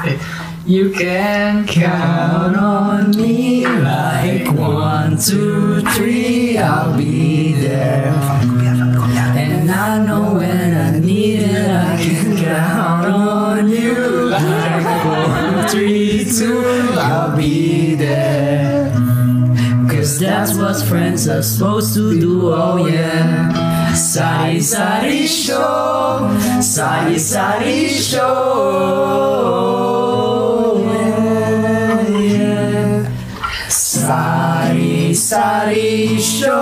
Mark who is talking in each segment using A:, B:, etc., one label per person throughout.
A: You can count on me like 1, 2, 3, I'll be there. And I know when I need it, I can count on you like 1, 3, 2, I'll be there. Cause that's what friends are supposed to do, oh yeah. Sari Sari Show, Sari Sari Show. Sari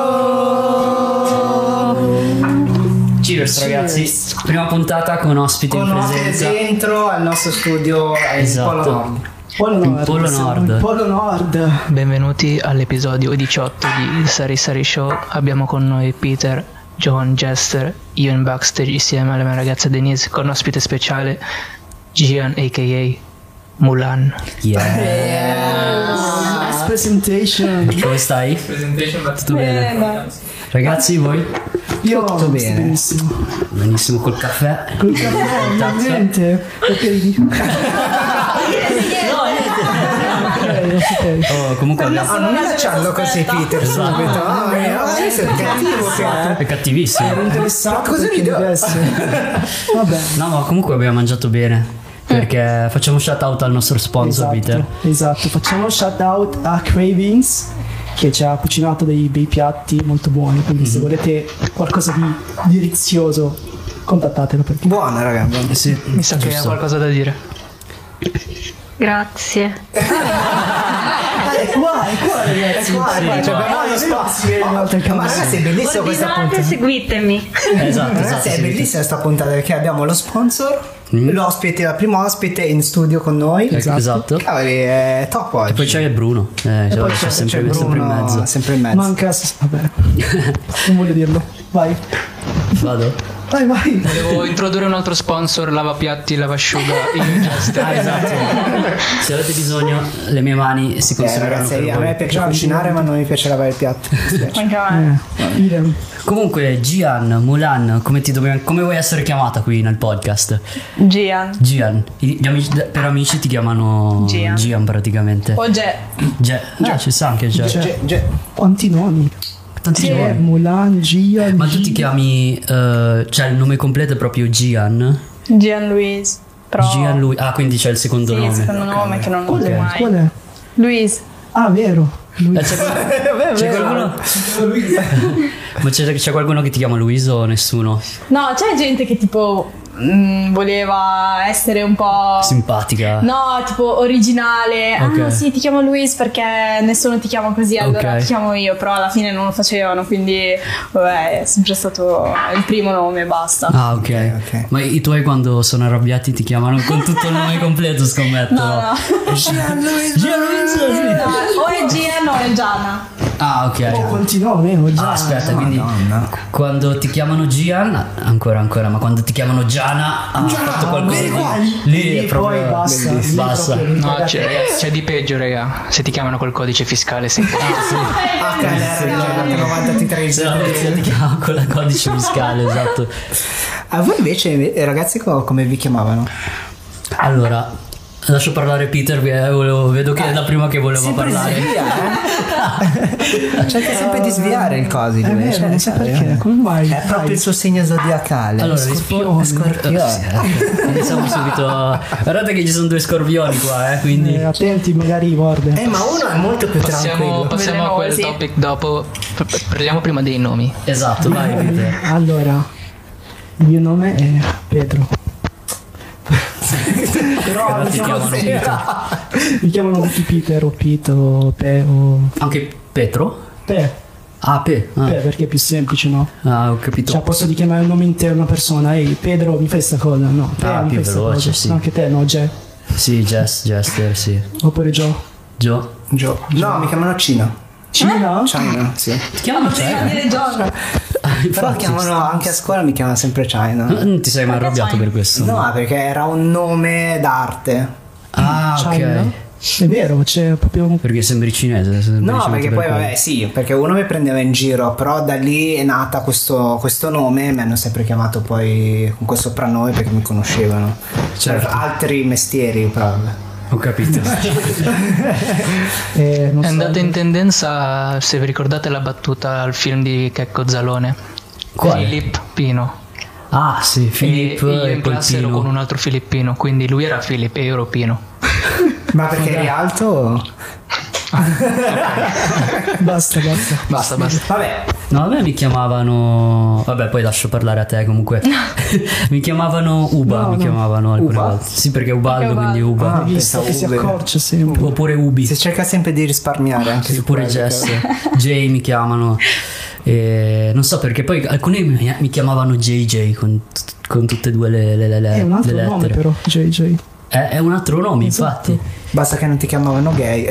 A: Show. Cheers ragazzi, prima puntata con ospite in presenza
B: dentro al nostro studio
A: esatto.
B: Polo Nord.
C: Benvenuti all'episodio 18 di Sari Sari Show. Abbiamo con noi Peter, John, Jester, io in backstage insieme alla mia ragazza Denise con ospite speciale Gian aka Mulan.
B: Nice presentation.
A: Come stai? Tutto bene? Ragazzi, voi?
B: Io tutto bene.
A: Benissimo col caffè.
B: Niente.
A: Oh, comunque
B: non minacciarlo così Peter subito. Sei cattivo.
A: È cattivissimo.
B: Ero interessato. Cosa ridi adesso? Vabbè.
A: No, ma comunque abbiamo mangiato bene. Perché facciamo shout out al nostro sponsor, Peter.
B: Esatto, facciamo shout out a Cravings che ci ha cucinato dei bei piatti molto buoni. Quindi se volete qualcosa di delizioso contattatelo perché
D: buona raga.
A: Sì,
C: mi sa che ha qualcosa da dire.
E: Grazie.
B: È qua ragazzi. Abbiamo lo spazio. Ma ragazzi è bellissima questa puntata.
E: Seguitemi.
A: Esatto.
D: Ragazzi è bellissima questa puntata perché abbiamo lo sponsor, l'ospite, la prima ospite in studio con noi.
A: Esatto.
D: Cavoli, è top oggi.
A: E poi c'è il Bruno.
D: E poi
A: c'è sempre
D: Bruno,
A: in mezzo.
D: sempre in mezzo.
B: Manca. Vabbè. Non voglio dirlo. Vai.
A: Vado?
B: Vai.
C: Volevo introdurre un altro sponsor, lavapiatti, lavasciuga.
A: Esatto. Se avete bisogno, le mie mani si consumeranno
D: ragazzi,
A: per
D: a
A: voi.
D: me piace cucinare ma non mi piace lavare il piatto.
E: Anche a me.
A: Comunque Gian, Mulan, come vuoi essere chiamata qui nel podcast?
E: Gian.
A: Gli amici, per amici ti chiamano Gian praticamente.
E: O Ge.
A: Ci sa anche Ge.
B: Quanti nomi?
A: Tanti nomi.
B: Mulan, Gian.
A: Ma tu ti chiami cioè il nome completo è proprio Gian?
E: Gian Luis.
A: Gian Luis. Ah, quindi c'è il secondo
E: Sì,
A: nome.
E: il secondo nome che non uso mai.
B: Qual è?
E: Luis.
B: Ah, vero.
A: C'è qualcuno? Ma c'è qualcuno che ti chiama Luis o nessuno?
E: No, c'è gente che tipo voleva essere un po'
A: simpatica.
E: No, tipo originale.
A: Okay.
E: Ah sì, ti chiamo Luis perché nessuno ti chiama così, allora ti chiamo io. Però alla fine non lo facevano, quindi vabbè, è sempre stato il primo nome e basta.
A: Ah, ok. Ma i tuoi quando sono arrabbiati ti chiamano con tutto il nome completo, scommetto?
E: No.
A: Gian Luis,
E: sì. O è Gian o è Gianna.
A: Ah, ok.
B: Quanti nomi?
A: Aspetta, quindi quando ti chiamano Gian ancora, ma quando ti chiamano Gianna ha fatto qualcosa lì è proprio basta.
C: No, c'è di peggio, raga. Se ti chiamano col codice fiscale sì.
A: Ti chiamano con il codice fiscale, esatto.
D: A voi invece ragazzi come vi chiamavano?
A: Allora lascio parlare Peter, vedo che è la prima che voleva parlare.
D: Cerca sempre di sviare il codice.
B: Non so perché, come mai?
D: È proprio il suo segno zodiacale.
A: Allora,
D: Scorpione.
A: Iniziamo subito. Guardate che ci sono due scorpioni qua, quindi
B: attenti, magari morde.
D: Ma uno è molto più tranquillo.
C: Passiamo a quel topic dopo. Parliamo prima dei nomi.
A: Esatto, vai Peter.
B: Allora, il mio nome è Pedro. Però
A: ti chiamano Peter.
B: Mi chiamano tutti Peter o Pete o Pe o...
A: Anche Petro?
B: Pe.
A: Pe
B: perché è più semplice, no?
A: Ah, ho capito.
B: Cioè posso di chiamare il nome intero una persona. Ehi Pedro, mi fai sta cosa? No, mi
A: più
B: fai sta
A: veloce,
B: cosa.
A: sì.
B: No, anche te, no,
A: Sì, Jester, sì.
B: Oppure Joe.
D: No, mi chiamano Cina.
B: Cina,
D: sì.
A: Ti chiamano Cina?
D: Però chiamano anche a scuola, mi chiamano sempre China.
A: Non ti sei mai arrabbiato per questo?
D: No, perché era un nome d'arte.
A: Ah, ok.
B: È vero, c'è proprio...
F: Perché sembri cinese.
D: No,
F: semplicemente
D: perché
F: per
D: poi
F: quello.
D: vabbè sì, perché uno mi prendeva in giro, però da lì è nata questo nome, mi hanno sempre chiamato poi con quel soprannome perché mi conoscevano.
F: Certo.
D: Per altri mestieri, però vabbè.
F: Ho capito.
B: non
C: È
B: so.
C: andato in tendenza, se vi ricordate la battuta al film di Checco Zalone.
F: Quale?
C: Filippo Pino.
F: Ah sì, Filippo
C: e io
F: e
C: in
F: poi
C: classe ero
F: Pino.
C: con un altro Filippino, quindi lui era Filippo e io ero Pino.
D: Ma perché eri alto?
B: Basta.
C: Basta.
D: Vabbè,
F: No, a me mi chiamavano. Vabbè, poi lascio parlare a te comunque. Mi chiamavano Uba,
B: No,
F: mi
B: no.
F: chiamavano alcune
D: Uba?
F: volte. Sì, perché Ubaldo,
E: Perché
F: quindi Uba.
D: Ah,
B: Hai visto
D: pensavo
B: che si
D: Uber.
B: accorcia sempre.
F: Oppure Ubi.
D: si cerca sempre di risparmiare anche su
F: Oppure
D: quello,
F: Jess. Jay mi chiamano. E non so perché poi alcuni mi chiamavano JJ con tutte e due le
B: È un altro
F: le
B: nome
F: lettere.
B: però, JJ.
F: È un altro nome,
B: Esatto.
F: infatti.
D: Basta che non ti chiamavano gay.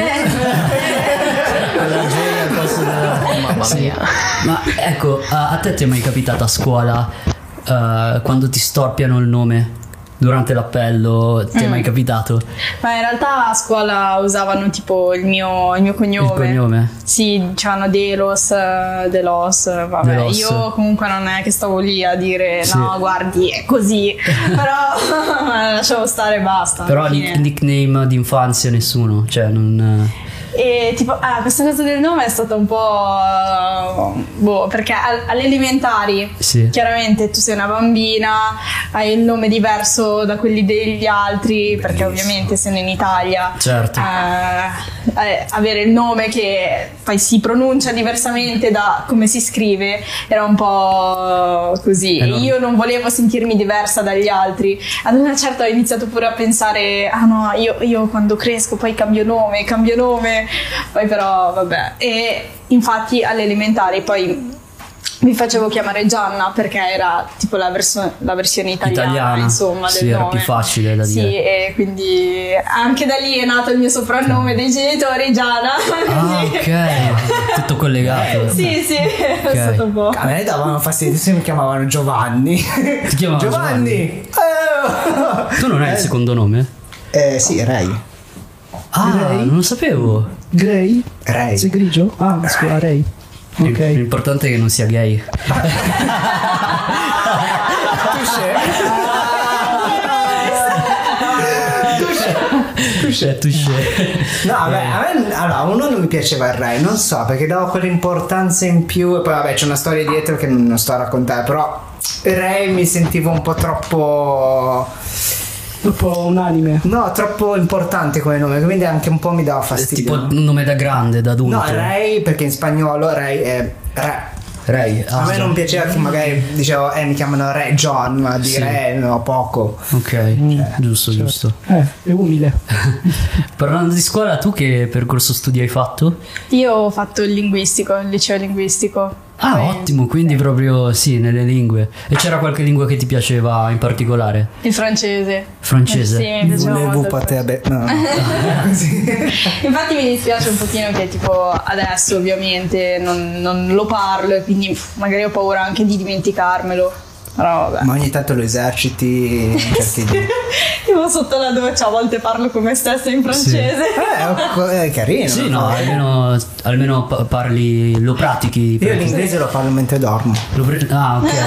F: La Jay al posto della-
C: Mamma mia.
F: Ma ecco, a te ti è mai capitato a scuola quando ti storpiano il nome durante l'appello? Ti è mai capitato?
E: Ma in realtà a scuola usavano tipo il mio cognome.
F: Il cognome?
E: Sì, dicevano Delos, Delos, vabbè.
F: Delos.
E: Io comunque non è che stavo lì a dire
F: Sì.
E: no, guardi, è così. Però lasciavo stare e basta.
F: Però
E: alla fine.
F: nickname d'infanzia nessuno, cioè non...
E: E tipo, questa cosa del nome è stata un po'. Perché alle elementari,
F: Sì.
E: chiaramente tu sei una bambina, hai il nome diverso da quelli degli altri, perché ovviamente essendo in Italia,
F: Certo.
E: avere il nome che poi si pronuncia diversamente da come si scrive era un po' così. E io non volevo sentirmi diversa dagli altri. Ad una certa ho iniziato pure a pensare, ah no, io quando cresco poi cambio nome. Poi però vabbè. E infatti alle elementari poi mi facevo chiamare Gianna perché era tipo la versione italiana, insomma, del
F: sì, era
E: nome.
F: più facile da dire.
E: Sì, e quindi anche da lì è nato il mio soprannome dei genitori, Gianna.
F: Ah, ok, tutto collegato.
E: Sì, è
F: Ok.
E: stato un po'.
D: A me davano fastidio se mi chiamavano Giovanni.
F: Ti chiamavano
D: Giovanni.
F: Tu non hai il secondo nome?
D: Sì, Ray.
F: Ah,
B: Ray?
F: non lo sapevo.
B: Gray?
D: Ray.
B: Sei grigio? Ah, scusa, Ray. Ok.
F: L'importante è che non sia gay. Touché.
D: No, vabbè, a me allora, uno non mi piaceva il Ray, non so, perché davo quell'importanza in più e poi vabbè c'è una storia dietro che non sto a raccontare, però il Ray mi sentivo un po' troppo
B: Dopo un anime.
D: no, troppo importante come nome, quindi anche un po' mi dava
F: Tipo
D: fastidio.
F: un nome da grande, da adulto.
D: No, Ray perché in spagnolo Ray è re.
F: Ray.
D: A me non piaceva che magari dicevo mi chiamano Re John, ma di
F: Sì.
D: Re no, poco.
F: Ok, giusto.
B: È umile.
F: Parlando di scuola, tu che percorso studi hai fatto?
E: Io ho fatto il linguistico, il liceo linguistico.
F: Ah,
E: Poi-
F: ottimo, quindi proprio sì, nelle lingue. E c'era qualche lingua che ti piaceva in particolare?
E: Il francese.
F: Francese?
E: Sì, mi piaceva molto.
D: Volevo
E: il
D: patè,
E: francese.
D: no. Così.
E: Infatti mi dispiace un pochino che tipo adesso ovviamente non lo parlo e quindi magari ho paura anche di dimenticarmelo. Però vabbè.
D: Ma ogni tanto lo eserciti in certi
E: Tipo sotto la doccia a volte parlo con me stessa in francese.
D: è carino.
F: Sì, no, almeno parli, lo pratichi.
D: Io l'inglese lo parlo mentre dormo.
F: Ah, ok.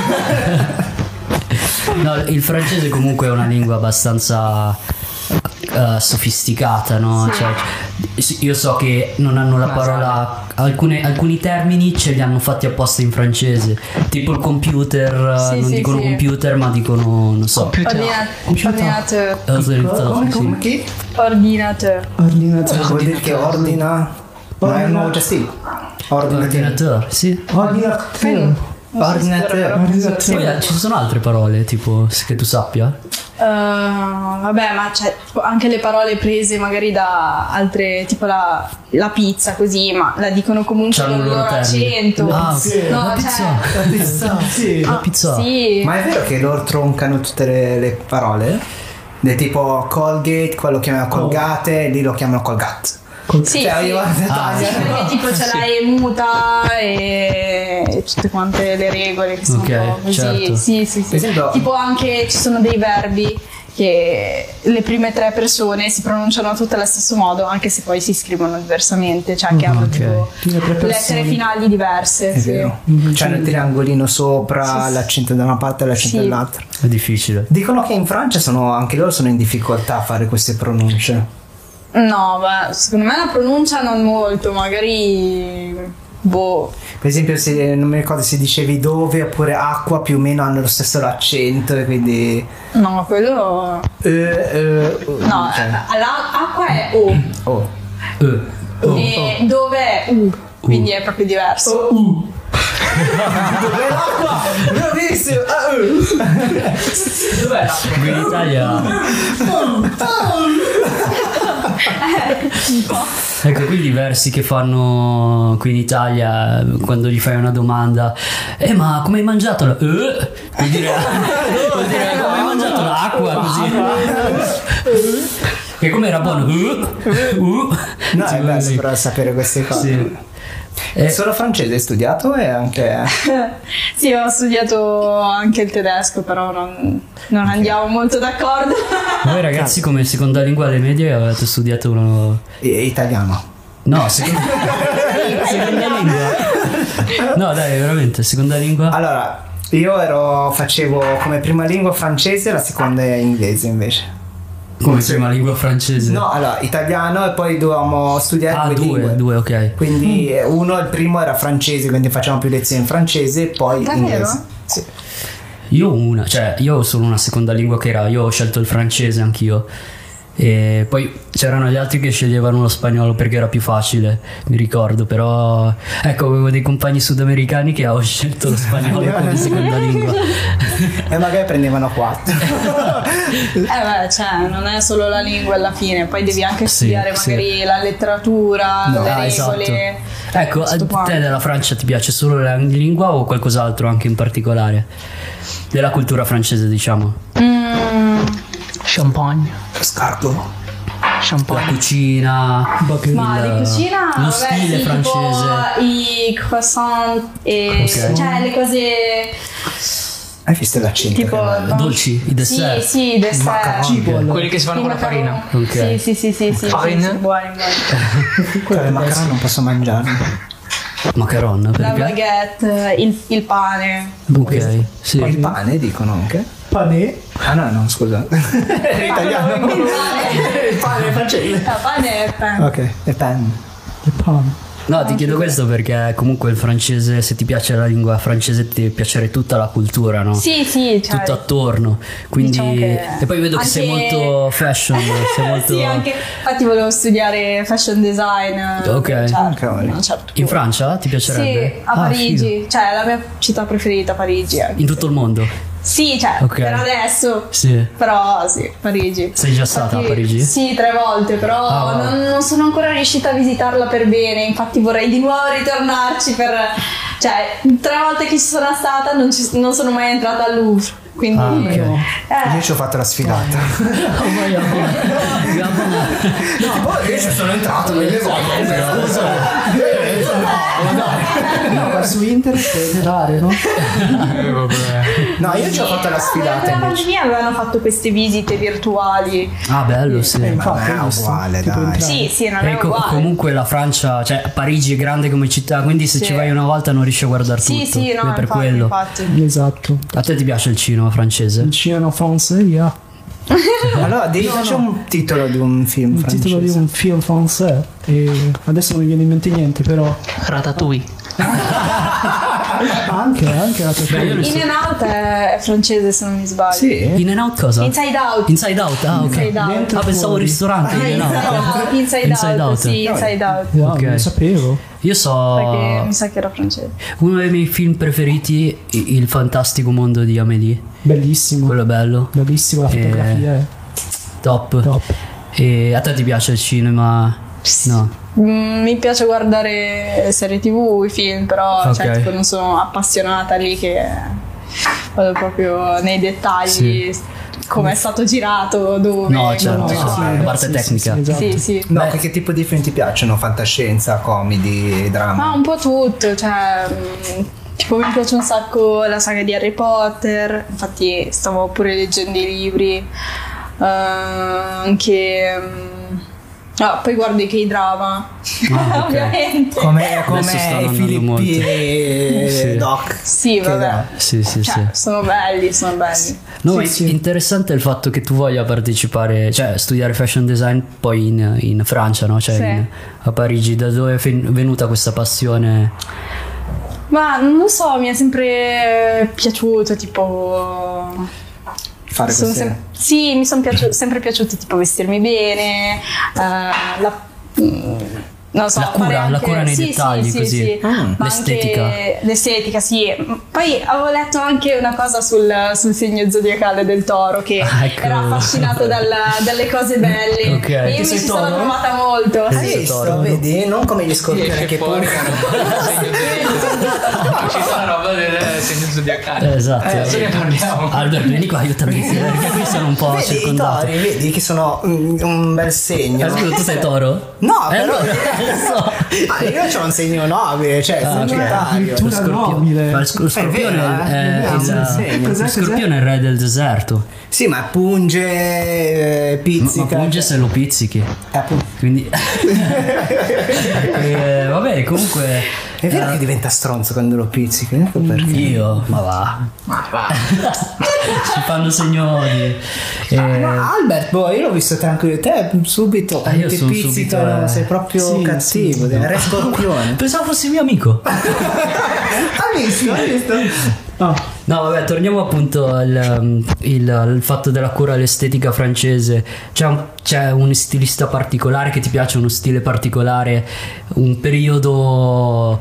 F: No, il francese comunque è una lingua abbastanza sofisticata, no?
E: Sì.
F: Cioè, io so che non hanno la parola, alcuni termini ce li hanno fatti apposta in francese, tipo il computer,
E: Sì,
F: non
E: sì,
F: dicono
E: sì.
F: computer ma dicono, non so,
E: Ordinateur.
F: sì.
D: Chi?
E: Ordinateur.
B: Ordinatore.
D: Vuol dire che ordina. Ma è un nuovo gestito.
F: Ordinatore, sì.
B: Ordinatore.
F: Poi ci sono altre parole, tipo, che tu sappia?
E: Vabbè, ma c'è tipo anche le parole prese magari da altre, tipo la pizza così, ma la dicono comunque
F: C'hanno
E: con
F: un
E: il
F: loro
E: loro
F: termine.
E: accento.
F: Ah, ok.
E: No,
F: La pizza.
B: Sì.
F: La pizza.
E: Sì.
D: Ma è vero che loro troncano tutte le parole? Del tipo Colgate, qua lo chiamano Colgate, e lì lo chiamano Colgate.
E: Sì,
D: Cioè,
E: sì.
D: ogni volta
E: Sì, perché tipo ce l'hai muta e tutte quante le regole che sono
F: Ok,
E: un po' così.
F: certo.
E: Sì.
D: Per esempio-
E: Tipo anche ci sono dei verbi che le prime 3 persone si pronunciano tutte allo stesso modo, anche se poi si scrivono diversamente, cioè che hanno tipo
B: Prime 3 persone.
E: lettere finali diverse.
D: È
E: sì.
D: vero. C'hanno il triangolino sopra, l'accento da una parte e l'accento
E: Sì.
D: dall'altra.
F: È difficile.
D: Dicono che in Francia anche loro sono in difficoltà a fare queste pronunce.
E: No, beh, secondo me la pronuncia non molto, magari boh.
D: Per esempio, se non mi ricordo se dicevi dove oppure acqua, più o meno hanno lo stesso accento, e quindi
E: No, quello no,
D: cioè,
E: acqua è O
D: oh.
E: e dove è U, quindi è proprio diverso.
D: Dov'è l'acqua? Bravissimo!
F: Dov'è l'acqua? Qui in Italia. Ecco, qui i versi che fanno qui in Italia quando gli fai una domanda, ma come hai mangiato la... vuol dire come hai mangiato l'acqua così. E come era buono?
D: No, è bello però sapere queste cose.
F: Sì.
D: Solo francese hai studiato e anche...
E: Sì, ho studiato anche il tedesco, però non andiamo molto d'accordo.
F: Voi ragazzi come seconda lingua alle medie avete studiato uno...
D: italiano.
F: No, seconda lingua. No dai, veramente, seconda lingua.
D: Allora, io facevo come prima lingua francese, la seconda è inglese invece.
F: Come prima lingua francese.
D: No, allora, italiano e poi dovevamo studiare due lingue.
F: Due, ok.
D: Quindi il primo era francese, quindi facciamo più lezioni in francese, poi
E: Davvero?
D: inglese. Sì.
F: Io ho solo una seconda lingua che io ho scelto il francese anch'io. E poi c'erano gli altri che sceglievano lo spagnolo perché era più facile, mi ricordo, però ecco, avevo dei compagni sudamericani che hanno scelto lo spagnolo come seconda lingua.
D: E magari prendevano 4.
E: Beh, cioè, non è solo la lingua alla fine, poi devi anche
F: Sì,
E: studiare
F: sì.
E: magari la letteratura, le regole.
F: Esatto. Ecco, a
E: tutto
F: te
E: quanto.
F: della Francia ti piace solo la lingua o qualcos'altro anche in particolare? Della cultura francese, diciamo.
C: Champagne.
D: Scarto.
F: La
C: Champagne.
F: cucina,
E: Ma di cucina,
F: lo
E: vabbè,
F: stile
E: sì,
F: francese.
E: tipo i croissant e
F: Ok.
E: cioè le cose
D: Hai visto l'accento?
E: tipo
D: che bello?
F: Dolci, i dessert.
E: Sì, i dessert.
D: Macaroni.
C: Quelli che si fanno
E: I
C: con la farina.
E: macaroni.
F: Ok.
E: Sì,
C: Farina?
E: sì, buoni.
D: Quello del macaroni non posso mangiarlo.
F: Macaron,
E: La
F: perché?
E: baguette, il pane.
F: Ok, sì.
D: Il pane dicono anche.
B: Panè.
D: Ah no, scusa. È italiano.
E: Il
D: pane francese.
E: Il pane è pan.
D: Ok, è pan.
B: Il pane.
F: No, ti chiedo questo perché comunque il francese, se ti piace la lingua francese, ti deve piacere tutta la cultura, no?
E: Sì, cioè,
F: Tutto attorno. Quindi
E: diciamo che
F: e poi vedo che sei
E: anche-
F: molto fashion, sei molto
E: Sì, anche infatti volevo studiare fashion design.
F: Ok.
E: Cioè,
D: Cavoli.
E: a un certo
F: in
E: punto.
F: Francia ti piacerebbe?
E: Sì, a
F: Ah,
E: Parigi,
F: figo.
E: cioè la mia città preferita, Parigi. Anche.
F: In tutto il mondo?
E: Sì, cioè,
F: Ok.
E: per adesso.
F: Sì.
E: Però sì, Parigi.
F: Sei già stata a Parigi?
E: Sì, 3 volte, però
F: Ah, wow.
E: non sono ancora riuscita a visitarla per bene, infatti vorrei di nuovo ritornarci per... Cioè, 3 volte che ci sono stata non sono mai entrata al Louvre, quindi...
F: Ah, ok.
D: Io ci ho fatto la sfilata. Io ci sono entrato nelle
B: No, ma su internet è raro, no?
D: No, io ci ho fatto la sfilata
E: Durante la
D: invece.
E: pandemia avevano fatto queste visite virtuali.
F: Ah, bello, sì.
B: Infatti,
D: non è
B: ho visto.
D: uguale,
B: Tipo
D: dai.
B: entrare.
E: Sì, non è
F: Ecco,
E: uguale.
F: comunque la Francia, cioè Parigi è grande come città, quindi se
E: Sì.
F: ci vai una volta non riesci a guardare
E: Sì,
F: tutto.
E: sì, no,
F: è per
E: infatti,
F: quello.
E: infatti.
B: Esatto.
F: A te ti piace il cinema francese?
B: Il cinema francese, yeah.
D: Allora, devi fare un titolo di un film
B: Il
D: francese.
B: titolo di un film francese. E adesso non mi viene in mente niente, però.
C: Ratatouille.
B: Anche la tua
F: io ne so-
E: In and Out è francese se non mi sbaglio.
D: Sì.
F: In and Out cosa?
E: Inside Out.
F: Inside Out, ah ok.
E: Inside Out.
B: Dentro
F: Ah, pensavo
B: fuori.
F: ristorante. In and Out.
E: Inside Out, sì, Inside Out.
B: Yeah,
F: Ok.
B: non lo sapevo.
F: Io so
E: Perché mi sa che era francese.
F: uno dei miei film preferiti, Il fantastico mondo di Amélie.
B: Bellissimo.
F: Quello è bello.
B: Bellissimo, la fotografia è
F: Top.
B: top.
F: E a te ti piace il cinema? No.
E: Mi piace guardare serie TV, i film, però
F: Ok.
E: cioè, tipo, non sono appassionata lì che vado proprio nei dettagli, come è stato girato, dove.
F: No, certo,
E: come-
F: certo. la parte tecnica.
B: esatto.
E: Sì, sì.
D: No, che tipo di film ti piacciono? Fantascienza, comedy,
E: Ma
D: drama?
E: un po' tutto, cioè tipo mi piace un sacco la saga di Harry Potter, infatti stavo pure leggendo i libri. anche poi guardo i K-drama
F: ok.
E: ovviamente.
D: Come
F: Adesso stanno
D: i
F: andando
D: filippini
F: Sì.
D: doc.
E: Sì,
D: Che
E: vabbè.
D: da-
F: Sì, sì,
E: Cioè,
F: sì.
E: sono belli.
F: No,
B: Sì,
F: è
B: sì.
F: interessante il fatto che tu voglia partecipare, cioè studiare fashion design poi in Francia, no? Cioè
E: Sì.
F: a Parigi. Da dove è venuta questa passione?
E: Ma non lo so, mi è sempre piaciuto, tipo.
D: Fare queste...
E: Sì, mi sono sempre piaciuto tipo vestirmi bene, non so,
F: La cura-
E: fare anche-
F: la cura nei
E: sì,
F: dettagli,
E: sì,
F: così.
E: sì,
F: Mm.
E: ma
F: L'estetica.
E: anche l'estetica, sì. Poi avevo letto anche una cosa sul segno zodiacale del Toro, che
F: Ecco.
E: era affascinato dalle cose belle.
F: Ok.
E: E io
F: Tu
E: mi
B: sei
E: ci sono
B: Toro?
E: trovata molto.
F: Hai
D: Hai
F: visto
D: visto?
F: Toro?
D: Vedi? Non come gli scorpioni che
C: fuori
D: pubblicano.
C: ci fa roba del segno zodiacale.
F: Esatto.
C: Adesso ne parliamo.
F: Albert, vieni qua, aiutami, perché qui sono un po'
D: Vedi i
F: circondato.
D: tori, vedi che sono un bel segno.
F: Scusa, tu sei toro?
D: No, però
F: allora, lo so.
D: io ho un segno nobile, cioè sagittario.
B: Tu-
F: Lo
B: nobile.
F: Ma lo scorpione
D: vero,
F: è
D: vediamo il segno.
F: lo scorpione è il re del deserto.
D: Sì, ma punge,
F: Ma
D: pizzica.
F: punge se lo pizzichi.
D: Appunto.
F: Quindi vabbè, comunque
D: È vero che diventa stronzo quando lo pizzichi, ecco perché.
F: io, ma va. Ci fanno segnali.
D: Ma Albert, boh, io l'ho visto tranquillo, te subito
F: io
D: ti
F: sono
D: pizzicano,
F: subito,
D: sei proprio
B: sì,
D: cattivo,
B: sì.
D: re scorpione.
F: Pensavo fossi mio amico.
D: Hai visto? Hai visto?
F: No, vabbè, torniamo appunto al fatto della cura all'estetica francese. C'è un stilista particolare che ti piace, uno stile particolare, un periodo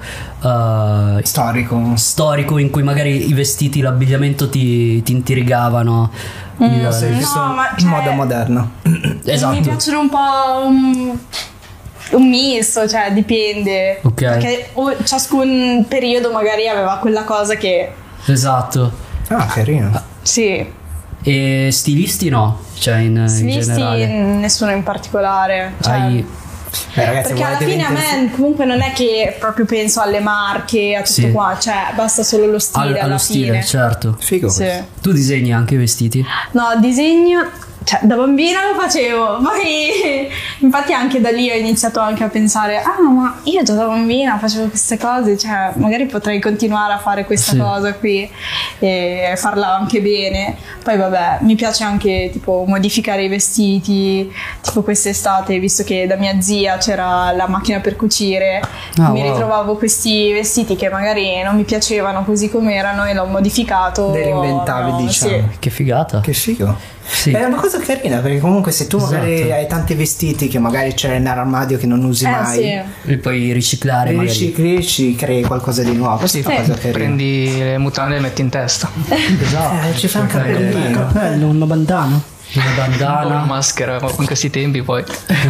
F: storico in cui magari i vestiti, l'abbigliamento ti intrigavano.
D: Sei visto
E: ma
D: in moda moderno.
F: Esatto.
E: Mi piacciono un po' un misto, cioè dipende.
F: Ok.
E: Perché ciascun periodo magari aveva quella cosa che.
F: Esatto.
D: Ah, carino.
E: Sì,
F: E stilisti no, cioè in
E: stilisti
F: generale.
E: nessuno in particolare. Cioè,
F: Hai
D: Ragazzi,
E: perché alla
D: volete
E: fine a
D: vendersi-
E: me comunque non è che proprio penso alle marche, a tutto
F: Sì.
E: qua, cioè basta solo lo stile alla
F: allo stile,
E: fine.
F: certo.
D: Figo.
E: Sì.
F: Tu disegni anche i vestiti?
E: No, disegno, cioè da bambina lo facevo, poi infatti anche da lì ho iniziato anche a pensare, ma io già da bambina facevo queste cose, cioè magari potrei continuare a fare questa
F: Sì.
E: cosa qui e farla anche bene. Poi vabbè, mi piace anche tipo modificare i vestiti, tipo quest'estate, visto che da mia zia c'era la macchina per cucire, mi
F: wow.
E: ritrovavo questi vestiti che magari non mi piacevano così come erano e l'ho modificato.
D: Li reinventavi,
E: no,
D: diciamo.
E: sì.
F: Che figata.
D: Che figo.
F: Sì.
D: È una cosa carina perché comunque se tu magari
F: Esatto.
D: hai tanti vestiti che magari c'è nell'armadio che non usi mai,
E: Sì.
F: E poi riciclare
D: li
F: magari.
D: ricicli, ci crei qualcosa di nuovo. Questa è una cosa carina.
C: Prendi le mutande e le metti in testa.
F: Esatto.
D: Ci fa un
F: Ok.
D: cappellino.
B: Bello, una bandana.
F: Una
C: Una
F: bandana.
C: maschera in questi tempi poi.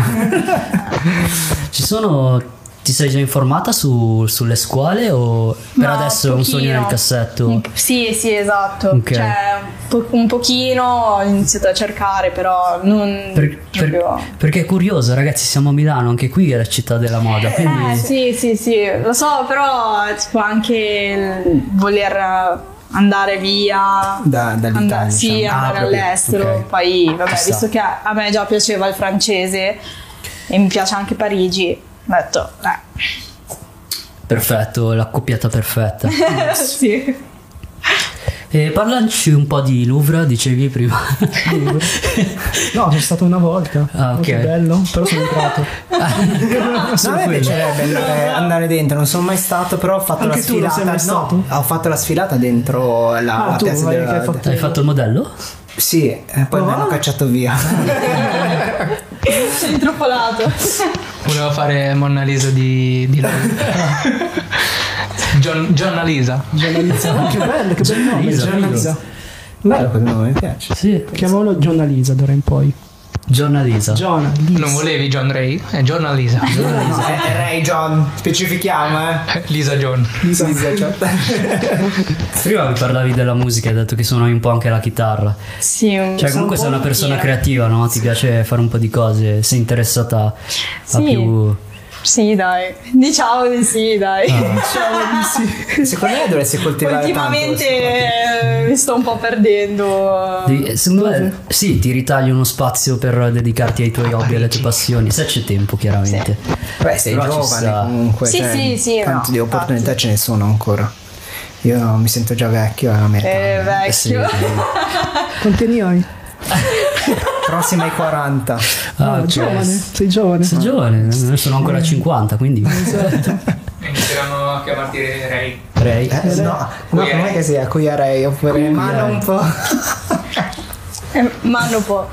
F: Ci sono. Ti sei già informata sulle scuole o per
E: No,
F: adesso è un sogno
E: pochino.
F: nel cassetto?
E: Sì, esatto.
F: Ok.
E: Cioè, un pochino ho iniziato a cercare, però non proprio.
F: Perché è curioso, ragazzi, siamo a Milano, anche qui è la città della moda, quindi
E: Sì, lo so, però tipo anche il voler andare via
D: Dall'Italia,
E: sì,
D: diciamo.
E: andare
D: Proprio,
E: all'estero.
D: ok.
E: Poi vabbè,
D: Ci sta.
E: visto che a me già piaceva il francese e mi piace anche Parigi, ho detto
F: perfetto, l'accoppiata perfetta.
E: sì.
F: E parlaci un po' di Louvre, dicevi prima.
B: No, sono stato una volta.
F: Ah, ok.
B: Molto bello, però sono entrato.
D: No,
F: Solo
D: a me
F: quello.
D: piacerebbe andare dentro, non sono mai stato, però ho fatto
B: Anche
D: la
B: tu non
D: sfilata.
B: sei mai stato?
D: No, ho fatto la sfilata dentro la
B: Tu
D: piazza
B: vai
D: della...
B: che hai fatto-
F: Hai fatto il modello?
D: Sì, poi mi hanno cacciato via.
E: Sei intruffolato.
C: Voleva fare Monna Lisa di Gionna Lisa.
B: Giornalisa. Che bello, che bel nome.
F: Lisa,
B: Giornalisa.
D: Bello quel nome, mi piace.
F: Sì.
B: Chiamavolo Giornalisa d'ora in poi.
F: Giornalisa.
B: Giornalisa.
C: Non volevi John Ray? È Gionna Lisa.
D: No, è Ray John, specifichiamo,
C: Lisa John.
D: Lisa John.
F: Prima mi parlavi della musica, hai detto che suonavi un po' anche la chitarra.
E: Sì,
F: Cioè comunque sei una persona creativa, no? Ti piace fare un po' di cose, sei interessata a
E: Sì.
F: più...
E: Sì, dai. Diciamo di sì, dai.
D: Secondo me dovresti coltivare
E: Ultimamente
D: tanto.
E: mi sto un po' perdendo.
F: Secondo me sì, ti ritagli uno spazio per dedicarti ai tuoi hobby e alle tue passioni, se c'è tempo chiaramente.
D: Beh, sei
F: Però ci
D: giovane
F: sta.
D: comunque.
E: Sì, sì,
D: tanto
E: no,
D: di opportunità ce ne sono ancora. Io mi sento già vecchio alla metà.
E: Vecchio.
F: Sì, sì.
B: Quanti anni hai?
D: Prossima ai 40.
F: Ah, ok.
B: Giovane, sei giovane.
F: Sei giovane, ne sono ancora 50, quindi
C: Inizieranno a chiamarti Ray.
F: Ray.
D: No, com'è che sia? Cuiarei oppure mano un po'.
E: Mano un po'.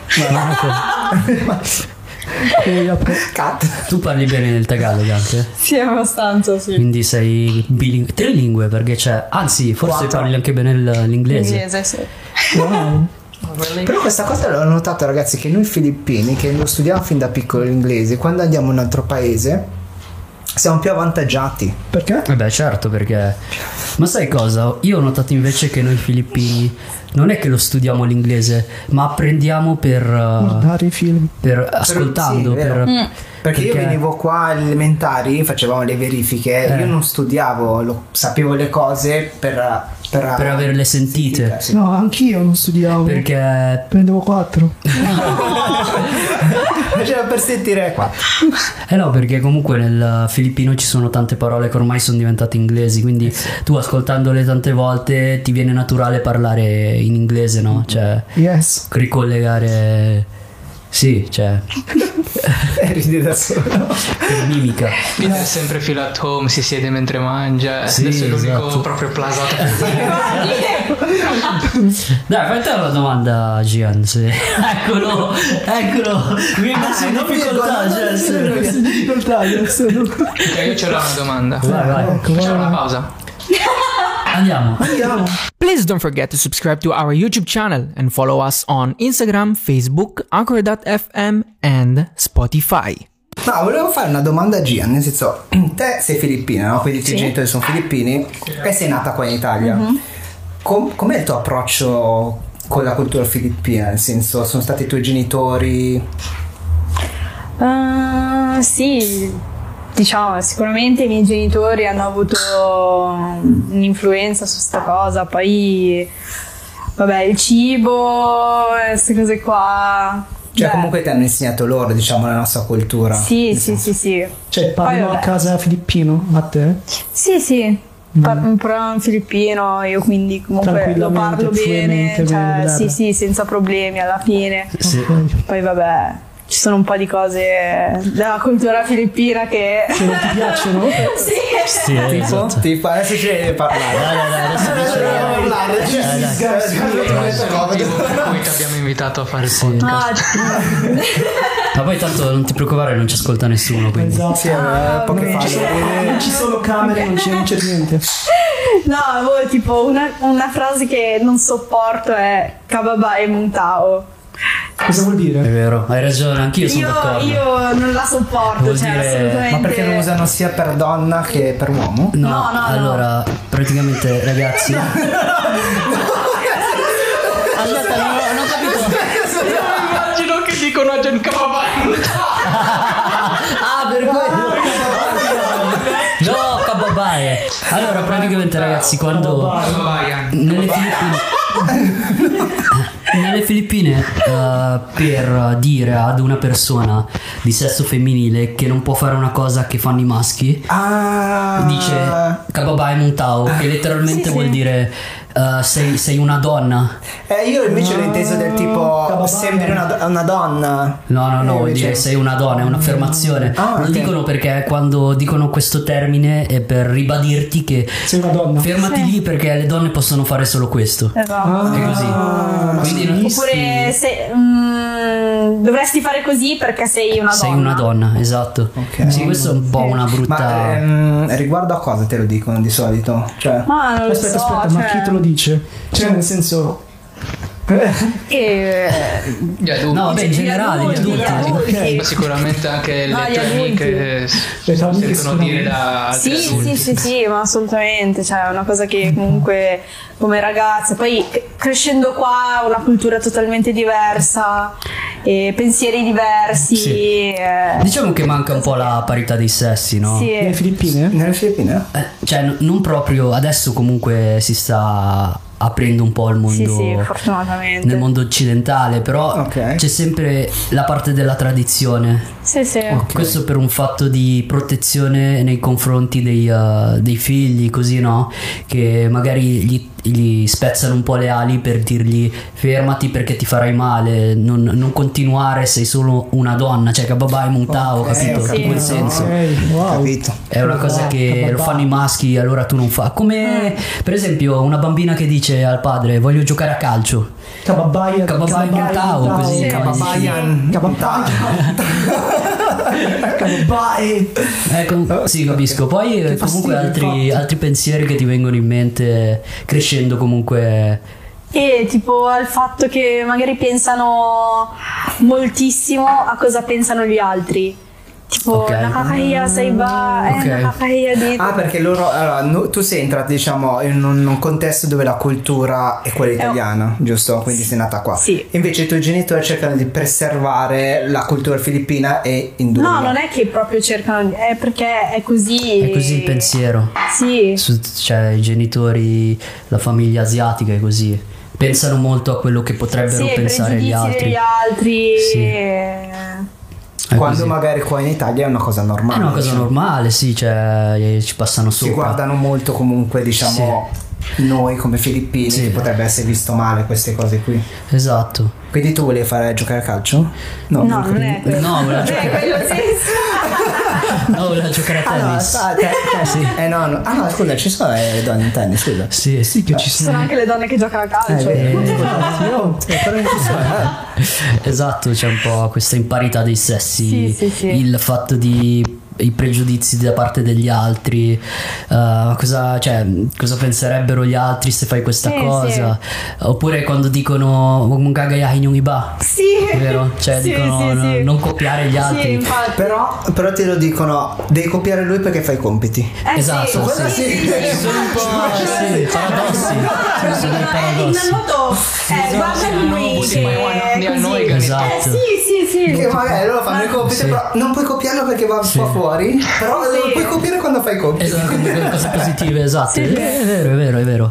D: Cat.
F: Tu parli bene del Tagalog anche?
E: Sì, abbastanza, sì.
F: Quindi sei trilingue perché c'è, anzi forse
D: 4.
F: parli anche bene l'inglese.
E: Inglese, sì.
B: Wow.
D: Però questa cosa l'ho notato, ragazzi, che noi filippini, che lo studiamo fin da piccolo l'inglese, quando andiamo in un altro paese siamo più avvantaggiati.
B: Perché?
F: Beh certo, perché ma sai cosa? Io ho notato invece che noi filippini non è che lo studiamo l'inglese, ma apprendiamo
B: Guardare i film.
F: per ascoltando,
D: sì, è vero. Perché io venivo qua alle elementari, facevamo le verifiche, io non studiavo, sapevo le cose per
F: averle sentite.
D: Sì.
B: No, anch'io non studiavo.
F: Perché
B: Prendevo 4.
D: Faceva per sentire qua.
F: no, perché comunque nel filippino ci sono tante parole che ormai sono diventate inglesi, quindi tu ascoltandole tante volte ti viene naturale parlare in inglese, no? Cioè
B: Yes.
F: ricollegare. Sì, cioè
D: Ridi da solo.
F: per mimica.
C: Peter è sempre feel at home, si siede mentre mangia.
F: Sì,
C: Adesso è l'unico
F: esatto.
C: proprio plasato.
F: Dai, fai te una domanda, Gian. Eccolo, mi hai messo in difficoltà, Jess.
B: Difficoltà adesso.
C: Ok, io ce l'ho una domanda.
F: Vai.
C: Facciamo una pausa.
F: Andiamo.
A: Please don't forget to subscribe to our YouTube channel and follow us on Instagram, Facebook, Anchor.fm and Spotify.
D: No, volevo fare una domanda a Gian, nel senso, te sei filippina, no? Quindi i tuoi genitori sono filippini e sei nata qua in Italia. Com'è il tuo approccio con la cultura filippina? Nel senso, sono stati i tuoi genitori?
E: Sì, diciamo, sicuramente i miei genitori hanno avuto un'influenza su sta cosa, poi vabbè, il cibo, queste cose qua.
D: Cioè,
E: Beh,
D: comunque ti hanno insegnato loro, diciamo, la nostra cultura.
E: sì.
B: Cioè, parlo
E: Poi,
B: a
E: vabbè.
B: casa filippino, a te?
E: Sì. Parlo in filippino, io quindi comunque lo
B: Tranquillamente,
E: parlo bene,
B: fluentemente,
E: cioè,
B: bene,
E: sì, senza problemi alla fine.
F: Sì.
B: Ok.
E: Poi vabbè, ci sono un po' di cose della cultura filippina che
B: Che non ti piacciono?
E: sì.
F: Sì,
D: Tipo,
F: esatto.
D: tipo, adesso ci devi parlare.
F: Dai, adesso
C: Per cui ti abbiamo invitato a fare il podcast.
F: Ma poi tanto non ti preoccupare, non ci ascolta nessuno, quindi.
B: Esatto.
D: Sì, poche fasi.
B: Non ci sono camere, non c'è niente.
E: No, tipo una frase che non sopporto è Kababae Muntao.
B: Cosa vuol
F: È
B: dire?
F: vero, hai ragione, anch'io sono d'accordo.
E: Io non la sopporto,
F: Vuol
E: cioè
F: dire-
E: assolutamente.
D: Ma perché lo usano sia per donna che per uomo?
E: No.
F: Allora, praticamente, ragazzi. Aspetta, non ho capito.
C: Immagino che dicono a Gen
F: Ah, per quello. No, Kababae. Allora, praticamente, ragazzi, quando nelle Filippine per dire ad una persona di sesso femminile che non può fare una cosa che fanno i maschi, dice Kababae Muntao, che letteralmente vuol dire sei una donna.
D: Io invece l'ho inteso del tipo sembri una donna.
F: No, vuol
D: invece-
F: dire sei una donna, è un'affermazione. Lo
D: ok.
F: dicono perché quando dicono questo termine è per ribadirti che
B: Sei una donna.
F: fermati lì perché le donne possono fare solo questo.
E: Esatto.
F: È così. Quindi non
E: Oppure dovresti fare così perché sei una donna.
F: sei una donna, esatto.
D: Ok.
F: Sì, questo è un po' una brutta.
D: Ma riguardo a cosa te lo dicono di solito? Cioè,
E: Ma non lo
B: Aspetta,
E: so,
B: ma
E: cioè,
B: chi te lo dice? Cioè, nel senso,
E: E
C: Gli adulti.
F: No, vabbè, in generale, gli adulti.
B: Ok.
C: Ma sicuramente anche
E: No,
C: le
E: gli
C: tue
E: adulti.
C: amiche
B: Le tue amiche
C: sentono dire da altri
E: sì,
C: adulti.
E: sì, ma assolutamente, cioè è una cosa che comunque come ragazze, poi crescendo qua una cultura totalmente diversa, e pensieri diversi.
F: Sì. Diciamo che manca un po' la parità dei sessi, no?
E: Sì.
B: Nelle Filippine?
D: Nelle Filippine?
F: Cioè, non proprio adesso comunque si sta aprendo un po' il mondo,
E: Sì, fortunatamente.
F: nel mondo occidentale, però
D: Ok.
F: c'è sempre la parte della tradizione.
E: Sì, sì.
F: Questo per un fatto di protezione nei confronti dei figli, così, no? Che magari gli spezzano un po' le ali per dirgli fermati perché ti farai male, non continuare, sei solo una donna, cioè che babà montao,
D: Ok,
F: capito?
D: ho
F: Tutto
E: capito.
F: quel senso.
B: Ok, wow.
D: Capito.
F: È una cosa che lo fanno i maschi, allora tu non fa. Come per esempio una bambina che dice al padre voglio giocare a calcio.
B: Kababaya
F: Montao, così.
E: Sì.
D: Kababayan.
B: Kababaya.
F: Ecco, sì, capisco. Poi
B: Che
F: comunque
B: fastidio,
F: altri pensieri che ti vengono in mente crescendo comunque.
E: E tipo al fatto che magari pensano moltissimo a cosa pensano gli altri. Tipo,
F: Ok.
E: nakakahiya sa iba,
F: Ok.
E: nakakahiya dito.
D: Ah, perché loro. Allora, tu sei entrata, diciamo, in un contesto dove la cultura è quella italiana, giusto? Quindi sei nata qua.
E: Sì.
D: Invece i tuoi genitori cercano di preservare la cultura filippina e indurla.
E: No, non è che proprio cercano, è perché è così.
F: È così il pensiero.
E: Sì.
F: Cioè i genitori, la famiglia asiatica è così. Pensano molto a quello che potrebbero
E: Sì, ai
F: pensare gli
E: pregiudizi
F: altri.
E: degli altri.
F: Sì. È
D: Quando
F: così.
D: magari qua in Italia è una cosa
F: È
D: normale.
F: una cosa
D: diciamo.
F: normale, sì, cioè ci passano
D: Si
F: sopra.
D: guardano molto comunque, diciamo, noi come filippini,
F: Sì.
D: che potrebbe essere visto male queste cose qui.
F: Esatto.
D: Quindi tu volevi fare giocare a calcio?
E: No, non è quello.
F: No, voleva
E: Non è
F: giocare,
E: quello senso.
F: no, voleva giocare a tennis.
D: Sì. No. Ah no, scusa, ci sono le donne in tennis, scusa.
F: Sì, sì, che ci
E: Ci sono anche le donne che giocano a calcio.
F: Esatto, c'è un po' questa imparità dei sessi,
E: Sì.
F: il fatto di i pregiudizi da parte degli altri, cosa penserebbero gli altri se fai questa
E: Sì,
F: cosa, oppure quando dicono "Huwag mong gagayahin yung iba",
E: Sì.
F: vero? Cioè
E: Sì,
F: dicono
E: sì.
F: non copiare gli altri.
E: Sì, infatti.
D: Però te lo dicono, devi copiare lui perché fai i compiti.
F: Esatto,
E: sì.
F: sì. Sono un po' paradossi.
E: Però
F: Sono dei
E: dicono,
F: paradossi.
E: Innanzitutto, guarda lui
C: sì,
E: che
C: ma
E: è
C: a noi
E: così.
C: che-
F: Esatto.
E: Sì.
D: Che magari loro fanno i compiti,
F: Sì.
D: però non puoi copiarlo perché va fuori. Però lo puoi copiare quando fai i compiti.
F: Esatto, come cose positive, esatto.
E: Sì.
F: È vero.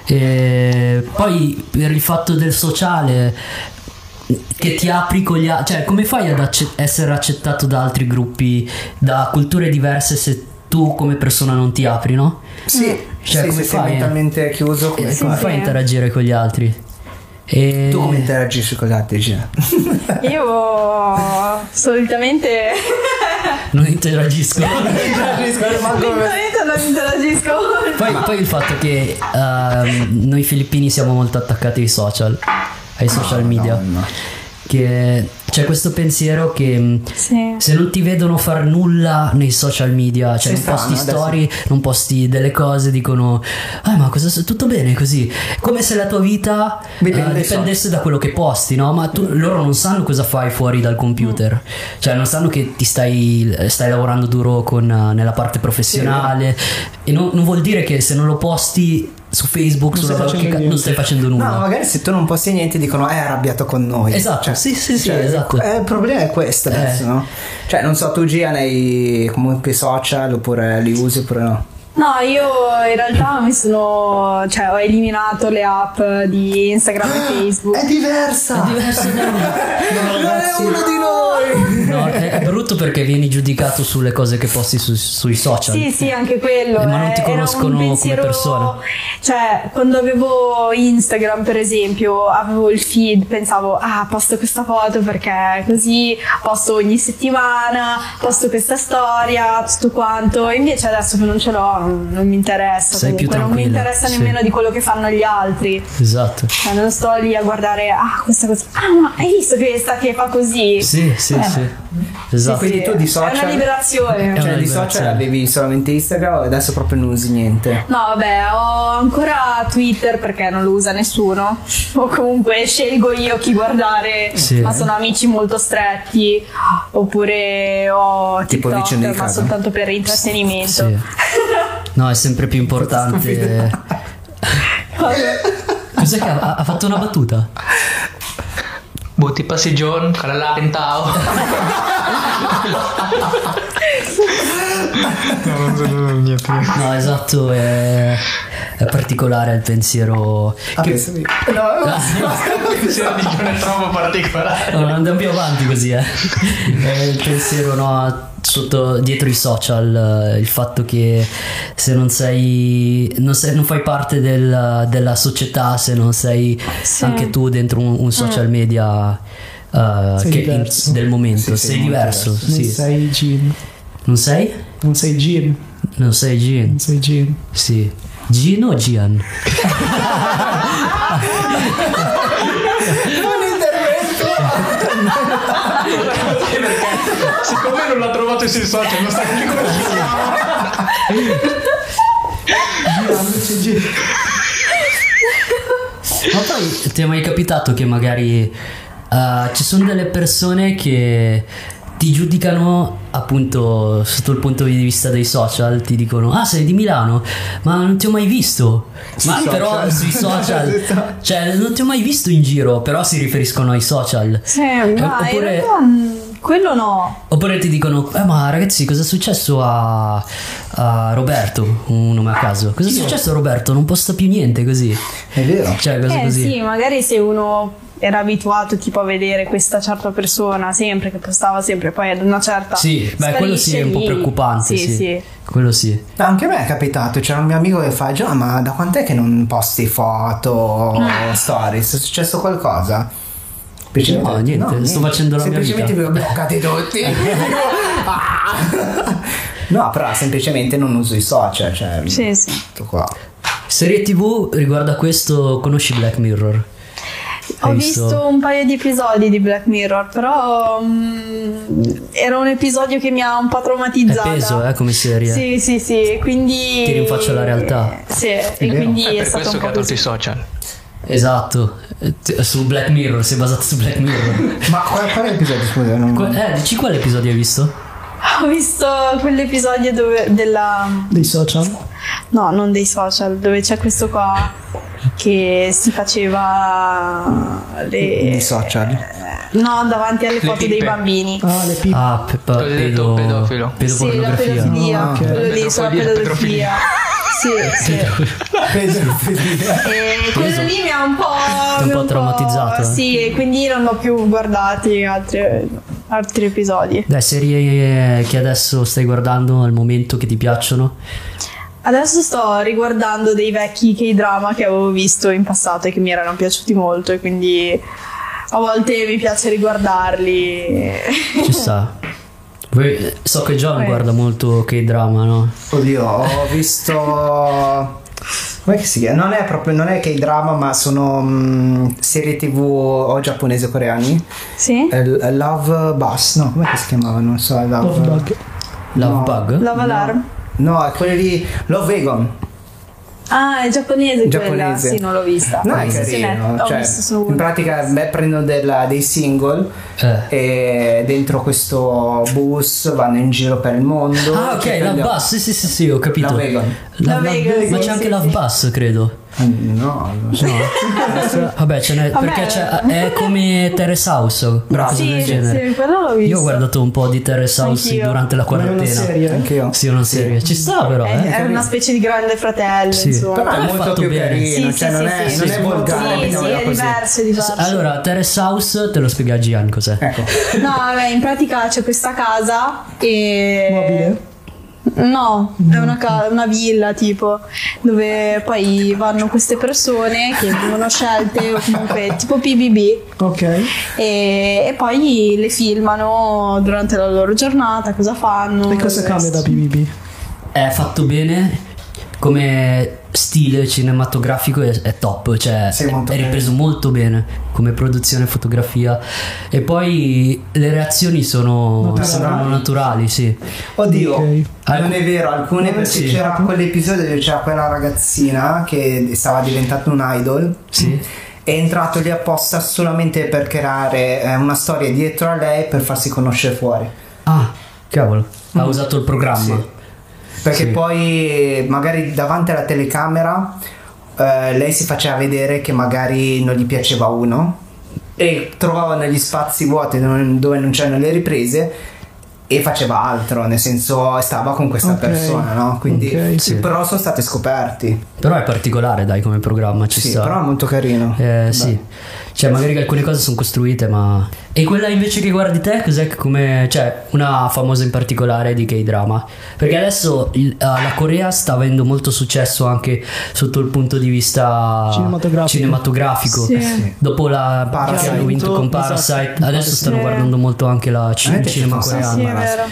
F: E poi per il fatto del sociale che ti apri con gli altri, cioè come fai ad essere accettato da altri gruppi, da culture diverse se tu come persona non ti apri, no?
D: Sì,
F: Cioè,
D: sì,
F: come
D: se sei
F: fai,
D: mentalmente chiuso, come
F: Come
D: fai?
F: fai a interagire con gli altri? E
D: Tu come interagisci con gli altri, Gina?
E: Io solitamente
F: non interagisco.
E: solitamente non interagisco.
F: Poi il fatto che noi filippini siamo molto attaccati ai social media. Che c'è questo pensiero che
E: Sì.
F: se non ti vedono far nulla nei social media, cioè
D: Sei
F: non posti
D: strano,
F: storie, non posti delle cose, dicono ma cosa, tutto bene così, come se la tua vita dipendesse da quello che posti, no? Ma loro non sanno cosa fai fuori dal computer, cioè non sanno che ti stai lavorando duro nella parte professionale, e non vuol dire che se non lo posti su Facebook non stai facendo nulla.
D: No, magari se tu non posti niente dicono è arrabbiato con noi.
F: Esatto, sì, esatto.
D: Il problema è questo adesso, no? Cioè, non so, tu Gian hai comunque social oppure li usi oppure no?
E: No, io in realtà ho eliminato le app di Instagram e Facebook.
D: È diversa!
F: È diverso da noi.
D: Non è uno di noi!
F: No, è brutto perché vieni giudicato sulle cose che posti sui social.
E: Sì, anche quello.
F: Ma non ti
E: era un
F: conoscono come
E: pensiero-
F: persona.
E: Cioè, quando avevo Instagram, per esempio, avevo il feed, pensavo, posto questa foto perché così posto ogni settimana, posto questa storia, tutto quanto. Invece adesso che non ce l'ho, non mi interessa.
F: Sei più
E: comunque, non mi
F: tranquilla,
E: interessa
F: sì.
E: nemmeno di quello che fanno gli altri.
F: Esatto.
E: Cioè, non sto lì a guardare, questa cosa. Ma hai visto questa che fa così?
F: Sì. Esatto.
D: Quindi tu di
E: È una
D: social,
E: liberazione.
F: È
D: cioè
F: una
D: di social
F: liberazione.
D: avevi solamente Instagram e adesso proprio non usi niente.
E: No, vabbè, ho ancora Twitter perché non lo usa nessuno. O comunque scelgo io chi guardare,
F: Sì.
E: ma sono amici molto stretti. Oppure ho
D: Tipo il vicino di
E: TikTok, ma
D: casa.
E: soltanto per intrattenimento.
F: Sì. No, è sempre più importante. Cos'è che ha fatto una battuta?
C: Boh, ti passi John, cara Tentao.
F: No, esatto, è particolare il pensiero.
C: Il pensiero di John è troppo particolare.
F: No, non andiamo più avanti così, È il pensiero, no, dietro i social, il fatto che se non non fai parte della società, se non sei anche tu dentro un social media
B: Sei diverso.
F: del momento,
D: Sì,
F: sei
D: molto
F: diverso.
B: Non
F: Sì.
B: sei Gin.
F: Non sei?
B: Non sei Gin.
F: Non sei Gin?
B: Non sei Gin.
F: Sì. Gino o Gian?
C: Siccome non l'ha trovato sui social, non sa neanche come si chiama.
B: C'è Gin.
F: Ma poi ti è mai capitato che magari ci sono delle persone che ti giudicano appunto sotto il punto di vista dei social, ti dicono ah sei di Milano, ma non ti ho mai visto, ma però sui social, cioè non ti ho mai visto in giro, però si riferiscono ai social.
E: Sì, ma in
F: Oppure-
E: realtà quello no.
F: Oppure ti dicono ma ragazzi cosa è successo a Roberto, un nome a caso, cosa è successo a Roberto, non posta più niente così,
D: È vero.
F: cioè cose così.
E: Sì, magari se uno era abituato tipo a vedere questa certa persona sempre, che postava sempre, poi ad una certa
F: Sì, beh, quello sì è un po'
E: sparisce lì.
F: preoccupante,
E: Sì, sì.
F: quello sì.
D: Anche a me è capitato, c'era un mio amico che fa Già, ma da quant'è che non posti foto, stories? È successo qualcosa?
F: No, niente, sto facendo la mia
D: semplicemente
F: vita.
D: vi ho bloccati tutti. No, però semplicemente non uso i social, cioè
E: Sì, sì.
D: tutto qua.
F: Serie TV riguardo a questo, conosci Black Mirror?
E: Ho
F: Hai
E: visto un paio di episodi di Black Mirror, però era un episodio che mi ha un po'
F: È
E: traumatizzata.
F: peso, come serie.
E: Sì, sì, sì, quindi
F: Ti rinfaccia la realtà.
E: Sì, e
D: vero.
E: quindi è
C: Per
E: stato
C: questo
E: un
C: che
E: po'
C: ha tolto
E: così.
C: i social.
F: Esatto, su Black Mirror, si è basato su Black Mirror.
D: Ma qual è l'episodio? Scusa, non...
F: Dici quale episodio hai visto?
E: Ho visto quell'episodio
B: Dei social?
E: no, non dei social, dove c'è questo qua che si faceva
D: I social.
E: no, davanti alle foto dei
C: pippe.
E: bambini.
B: Ah, le pippe.
F: Ah,
C: Cosiddetto pedofilo.
E: Sì, la pedofilia,
B: Ah, ok.
E: quello lì sulla
C: Pedofilia,
E: pedofilia. Sì, sì. E quello lì mi ha un po'
F: traumatizzato, eh?
E: Sì, e quindi non ho più guardati altri episodi.
F: Dai, serie che adesso stai guardando al momento che ti piacciono?
E: Adesso sto riguardando dei vecchi K-drama che avevo visto in passato e che mi erano piaciuti molto, e quindi a volte mi piace riguardarli.
F: Ci sta. So che John guarda molto K-drama, no?
D: Oddio, ho visto. Come che si chiama? Non è K-drama, ma sono serie TV o giapponesi o coreani.
E: Sì?
D: Love Bus, no, come si chiamavano? Non so,
B: Love Bug.
F: Love
D: No.
F: Bug?
E: Love Alarm?
D: No, è quello di Love Vegan.
E: Ah, è giapponese quella?
D: Giapponese.
E: Sì, non l'ho vista.
D: No,
E: Ho
D: è
E: visto su
D: carino.
E: net, ho
D: Cioè,
E: visto su
D: in pratica prendono dei single e dentro questo bus vanno in giro per il mondo.
F: Ah, ok, Love Bus, sì, ho capito.
D: Love Vegan.
E: Vegan,
F: Ma
E: sì,
F: c'è anche
E: sì,
F: Love
E: sì.
F: Bus, credo.
D: No, non so.
F: Vabbè, ce n'è, perché è come Terrace House, qualcosa
E: Sì,
F: del genere.
E: sì, quello l'ho visto.
F: Io ho guardato un po' di Terrace House
E: Anch'io.
F: durante la
B: Ma è una
F: quarantena.
B: serie?
D: Anche io.
F: Sì, una serie. Ci sta però,
E: È una specie di grande fratello,
F: Sì.
E: insomma.
D: Però è
F: È
D: molto
F: fatto
D: più
F: bene.
D: carino,
E: Sì,
D: cioè
E: sì,
D: non
E: sì,
D: è,
E: sì,
D: non
E: sì,
D: è volgare,
E: sì,
D: mettiamola
E: è
D: così.
E: diverso, è diverso.
F: Allora, Terrace House te lo spiega Gian cos'è.
D: Ecco.
E: No, vabbè, in pratica c'è questa casa e...
B: Mobile?
E: No, è una villa tipo, dove poi vanno queste persone che vengono scelte, o comunque tipo PBB,
B: Ok.
E: e poi le filmano durante la loro giornata, cosa fanno.
B: E cosa cambia da
E: questo.
B: BBB?
F: È fatto bene come stile cinematografico è top, cioè
D: Sì, molto
F: è ripreso
D: bene.
F: molto bene come produzione e fotografia, e poi le reazioni sembrano naturali, sì.
D: Oddio,
B: Ok.
D: non è vero, alcune perché
F: Sì.
D: c'era quell'episodio dove c'era quella ragazzina che stava diventando un idol.
F: Sì.
D: È entrato lì apposta solamente per creare una storia dietro a lei per farsi conoscere fuori.
F: Ah, cavolo, ha usato il programma.
D: Sì. Perché
F: Sì.
D: poi magari davanti alla telecamera lei si faceva vedere che magari non gli piaceva uno e trovava negli spazi vuoti dove non c'erano le riprese e faceva altro, nel senso stava con questa
B: Ok.
D: persona, no? Quindi
B: Ok,
F: sì.
D: però sono state scoperti.
F: Però è particolare, dai, come programma, ci
D: Sì,
F: sta.
D: però è molto carino.
F: Sì, cioè magari alcune cose sono costruite, ma... E quella invece che guardi te, cos'è che come... Cioè, una famosa in particolare di K-drama? Perché adesso la Corea sta avendo molto successo anche sotto il punto di vista cinematografico.
E: Sì.
D: Sì.
F: Dopo la
D: Parasite.
F: che hanno vinto con
B: Esatto.
F: Parasite, adesso stanno
E: Sì.
F: guardando molto anche la
D: A me piace
F: cinema
D: un sacco.
F: coreano.
E: Sì, è vero.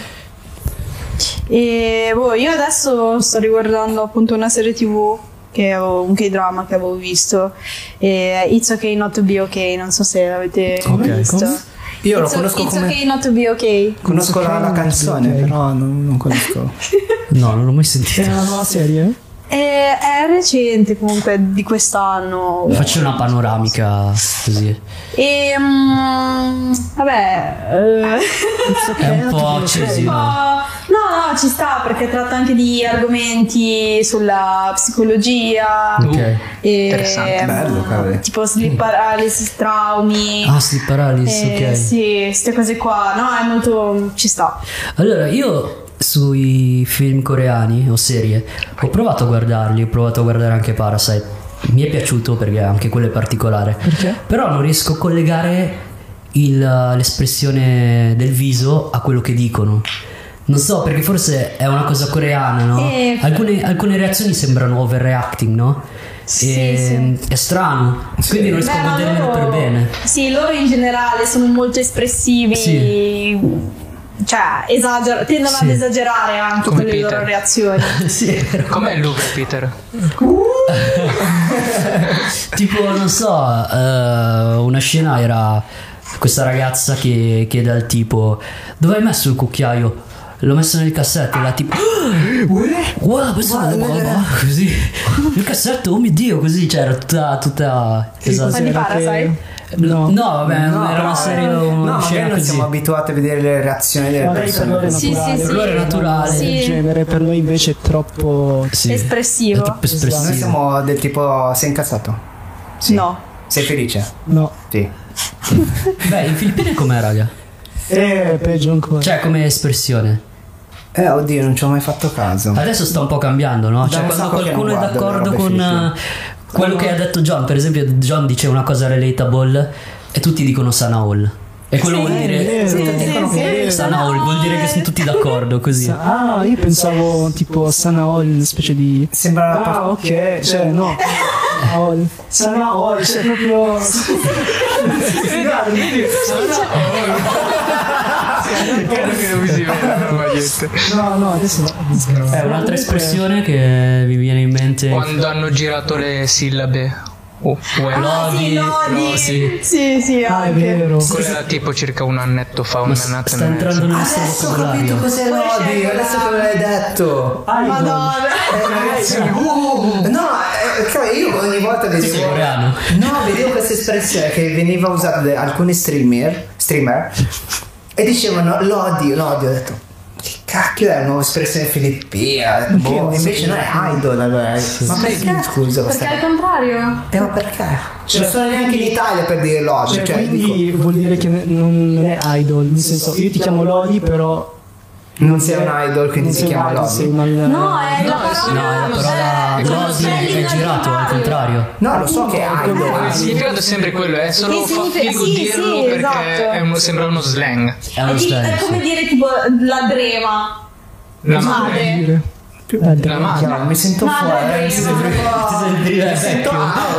E: E io adesso sto riguardando appunto una serie TV che avevo, un K-drama che avevo visto, e It's Okay Not to Be Okay, non so se l'avete visto.
B: come?
D: Io lo
E: It's
D: conosco
E: It's
D: come...
E: Okay Not to Be Okay.
D: Conosco la canzone,
B: Ok.
D: però non conosco.
F: No, non l'ho mai sentito.
B: È una nuova serie?
E: È recente comunque, di quest'anno.
F: Faccio una panoramica così.
E: E vabbè,
F: È un po' accesino.
E: no, ci sta perché tratta anche di argomenti sulla psicologia.
F: Ok.
E: E,
C: Interessante.
D: Bello, cavolo.
E: tipo sleep paralysis, traumi.
F: Ah, sleep paralysis, ok.
E: Sì, queste cose qua, no? È molto. Ci sta.
F: Allora, io sui film coreani o serie ho provato a guardarli, ho provato a guardare anche Parasite. Mi è piaciuto perché anche quello è particolare.
B: Perché?
F: Però non riesco a collegare l'espressione del viso a quello che dicono. Non so, perché forse è una cosa coreana, no? Alcune reazioni sembrano overreacting, no?
E: Sì,
F: È strano, quindi non riesco
E: Beh,
F: a
E: ma
F: godermelo
E: loro-
F: per bene.
E: Sì, loro in generale sono molto espressivi.
F: Sì.
E: Cioè, tendono
F: Sì.
E: ad esagerare anche
C: Come
E: con le
C: Peter.
E: loro reazioni.
F: Sì, è vero.
C: Com'è il look, Peter?
F: Tipo, non so, una scena era questa ragazza che chiede al tipo: dove hai messo il cucchiaio? L'ho messo nel cassetto, e la tipo guarda, così il cassetto, oh mio Dio, così, cioè era tutta esatto.
E: Ma di Parasite?
B: No.
F: No, vabbè, era una serie,
D: No,
F: una
D: magari
F: scena
D: non
F: così.
D: siamo abituati a vedere le reazioni delle
B: Magari per loro è
D: persone.
E: Sì,
B: naturale.
E: sì,
F: Per loro è naturale.
E: Sì.
B: Del genere, per noi invece è troppo.
F: Sì.
E: Espressivo.
F: È troppo
D: Noi
F: espressivo.
D: siamo del tipo, sei incazzato? Sì.
E: No.
D: Sei felice?
B: No.
D: Sì.
F: Beh, in Filippine com'è, raga?
B: Peggio ancora.
F: Cioè, come espressione.
D: Oddio, non ci ho mai fatto caso.
F: Adesso sta un po' cambiando, no?
D: Da
F: Cioè,
D: un
F: quando
D: sacco che
F: qualcuno
D: non
F: è
D: guardo le
F: d'accordo
D: robe
F: con
D: filippine.
F: quello che ha detto John, per esempio, John dice una cosa relatable e tutti dicono Sanaol. E quello vuol dire
B: vero.
F: Sanaol, vuol dire che sono tutti d'accordo così.
B: Ah, io pensavo tipo Sanaol, una specie di.
D: Sembra una
B: Ah, ok, cioè no. Sanaol, cioè proprio. No, adesso no.
F: È un'altra espressione che mi viene in mente.
C: Quando hanno girato le sillabe.
E: Sì,
F: Lodi.
E: sì, sì,
B: Ah, è
E: anche.
B: vero.
C: Quello era tipo circa un annetto fa, un
F: Ma
C: annetto e
F: sta entrando
C: mezzo.
F: nel nostro
D: Adesso ho capito
F: vocabolario.
D: cos'è l'odi, adesso che me l'hai detto.
E: Madonna.
D: No, cavolo, io ogni volta
F: Sei
D: vedevo.
F: coreano.
D: No, vedevo questa espressione che veniva usata da alcuni streamer e dicevano l'odio, ho detto. Che cacchio è una nuova espressione filippina? Boh, invece non è idol allora. Ma perché scusa questa
E: Perché al
D: cosa?
E: contrario?
D: Ma perché? Non sono neanche in Italia per dire l'odio,
B: Cioè,
D: cioè
B: quindi
D: dico,
B: vuol dire che non è idol, nel senso io ti chiamo Lodi, però
D: non sei un idol, quindi
B: non
D: si
B: sei
D: chiama
B: un idol, sei
D: Lodi.
B: una.
E: No, è la parola.
F: No, è la parola Lodi è girato al contrario.
D: No, lo so che è
C: Il
D: idol.
C: significato è sempre quello, è solo
E: Sì,
C: fa figo
E: sì,
C: dirlo
E: sì,
C: perché
E: esatto.
C: sembra uno slang.
F: È uno
E: È
F: slang,
E: come
F: sì.
E: dire tipo la drema.
C: La
E: Madre.
C: La madre.
D: Mi sento fuori.
F: Ti senti vecchio.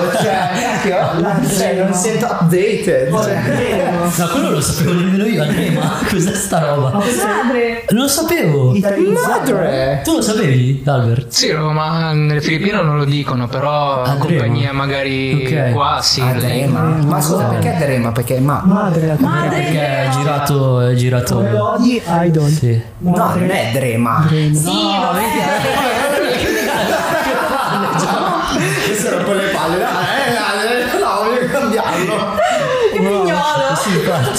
D: Non sento updated.
F: No, quello lo sapevo nemmeno io, ma cos'è sta roba?
E: Madre.
F: Non lo sapevo.
D: Madre.
F: Tu lo sapevi, Albert?
C: Sì, ma nelle Filippine non lo dicono, però
F: A
C: compagnia magari
F: Ok.
C: qua sì.
D: Drema. Ma scusa, perché Drema? Perché
B: Madre,
F: Perché è girato.
B: Melody Idol.
F: Sì.
D: no, non è Drema.
E: Sì, ma
D: Queste erano quelle palle. No, voglio cambiarlo.
E: che pignolo.
F: Sì, infatti.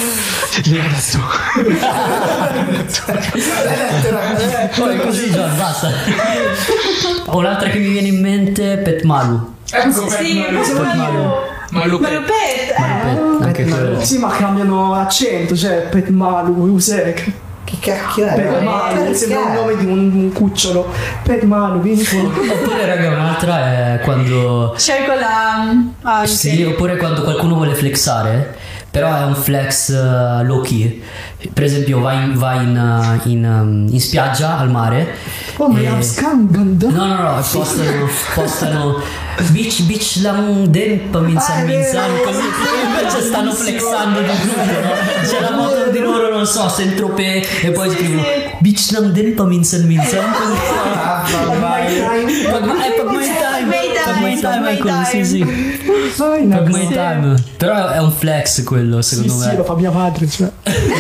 F: Poi così già basta. Ho un'altra che mi viene in mente, Petmalu.
C: Ecco,
E: Sì,
C: Malupet.
F: Anche quello.
B: Sì, ma cambiano accento, cioè Petmalu, Usek.
D: Che cacchio è?
B: Petmalu, sembra un nome di un cucciolo. Petmalu, vieni qua.
F: Oppure raga, un'altra è quando
E: C'è quella.
F: sì, oppure quando qualcuno vuole flexare, però è un flex low key. Per esempio va in spiaggia al mare.
B: Oh, ma
F: e-
B: la scambando.
F: No, postano beach lang din paminsan così, invece stanno flexando di tutto, no? C'è la moto di loro, non so, Saint-Tropez, e poi scrivono beach lang din paminsan così. Pag my time è quello, sì. Pag my time. Però è un flex quello, secondo
B: Sì,
F: me.
B: lo fa mia madre, cioè.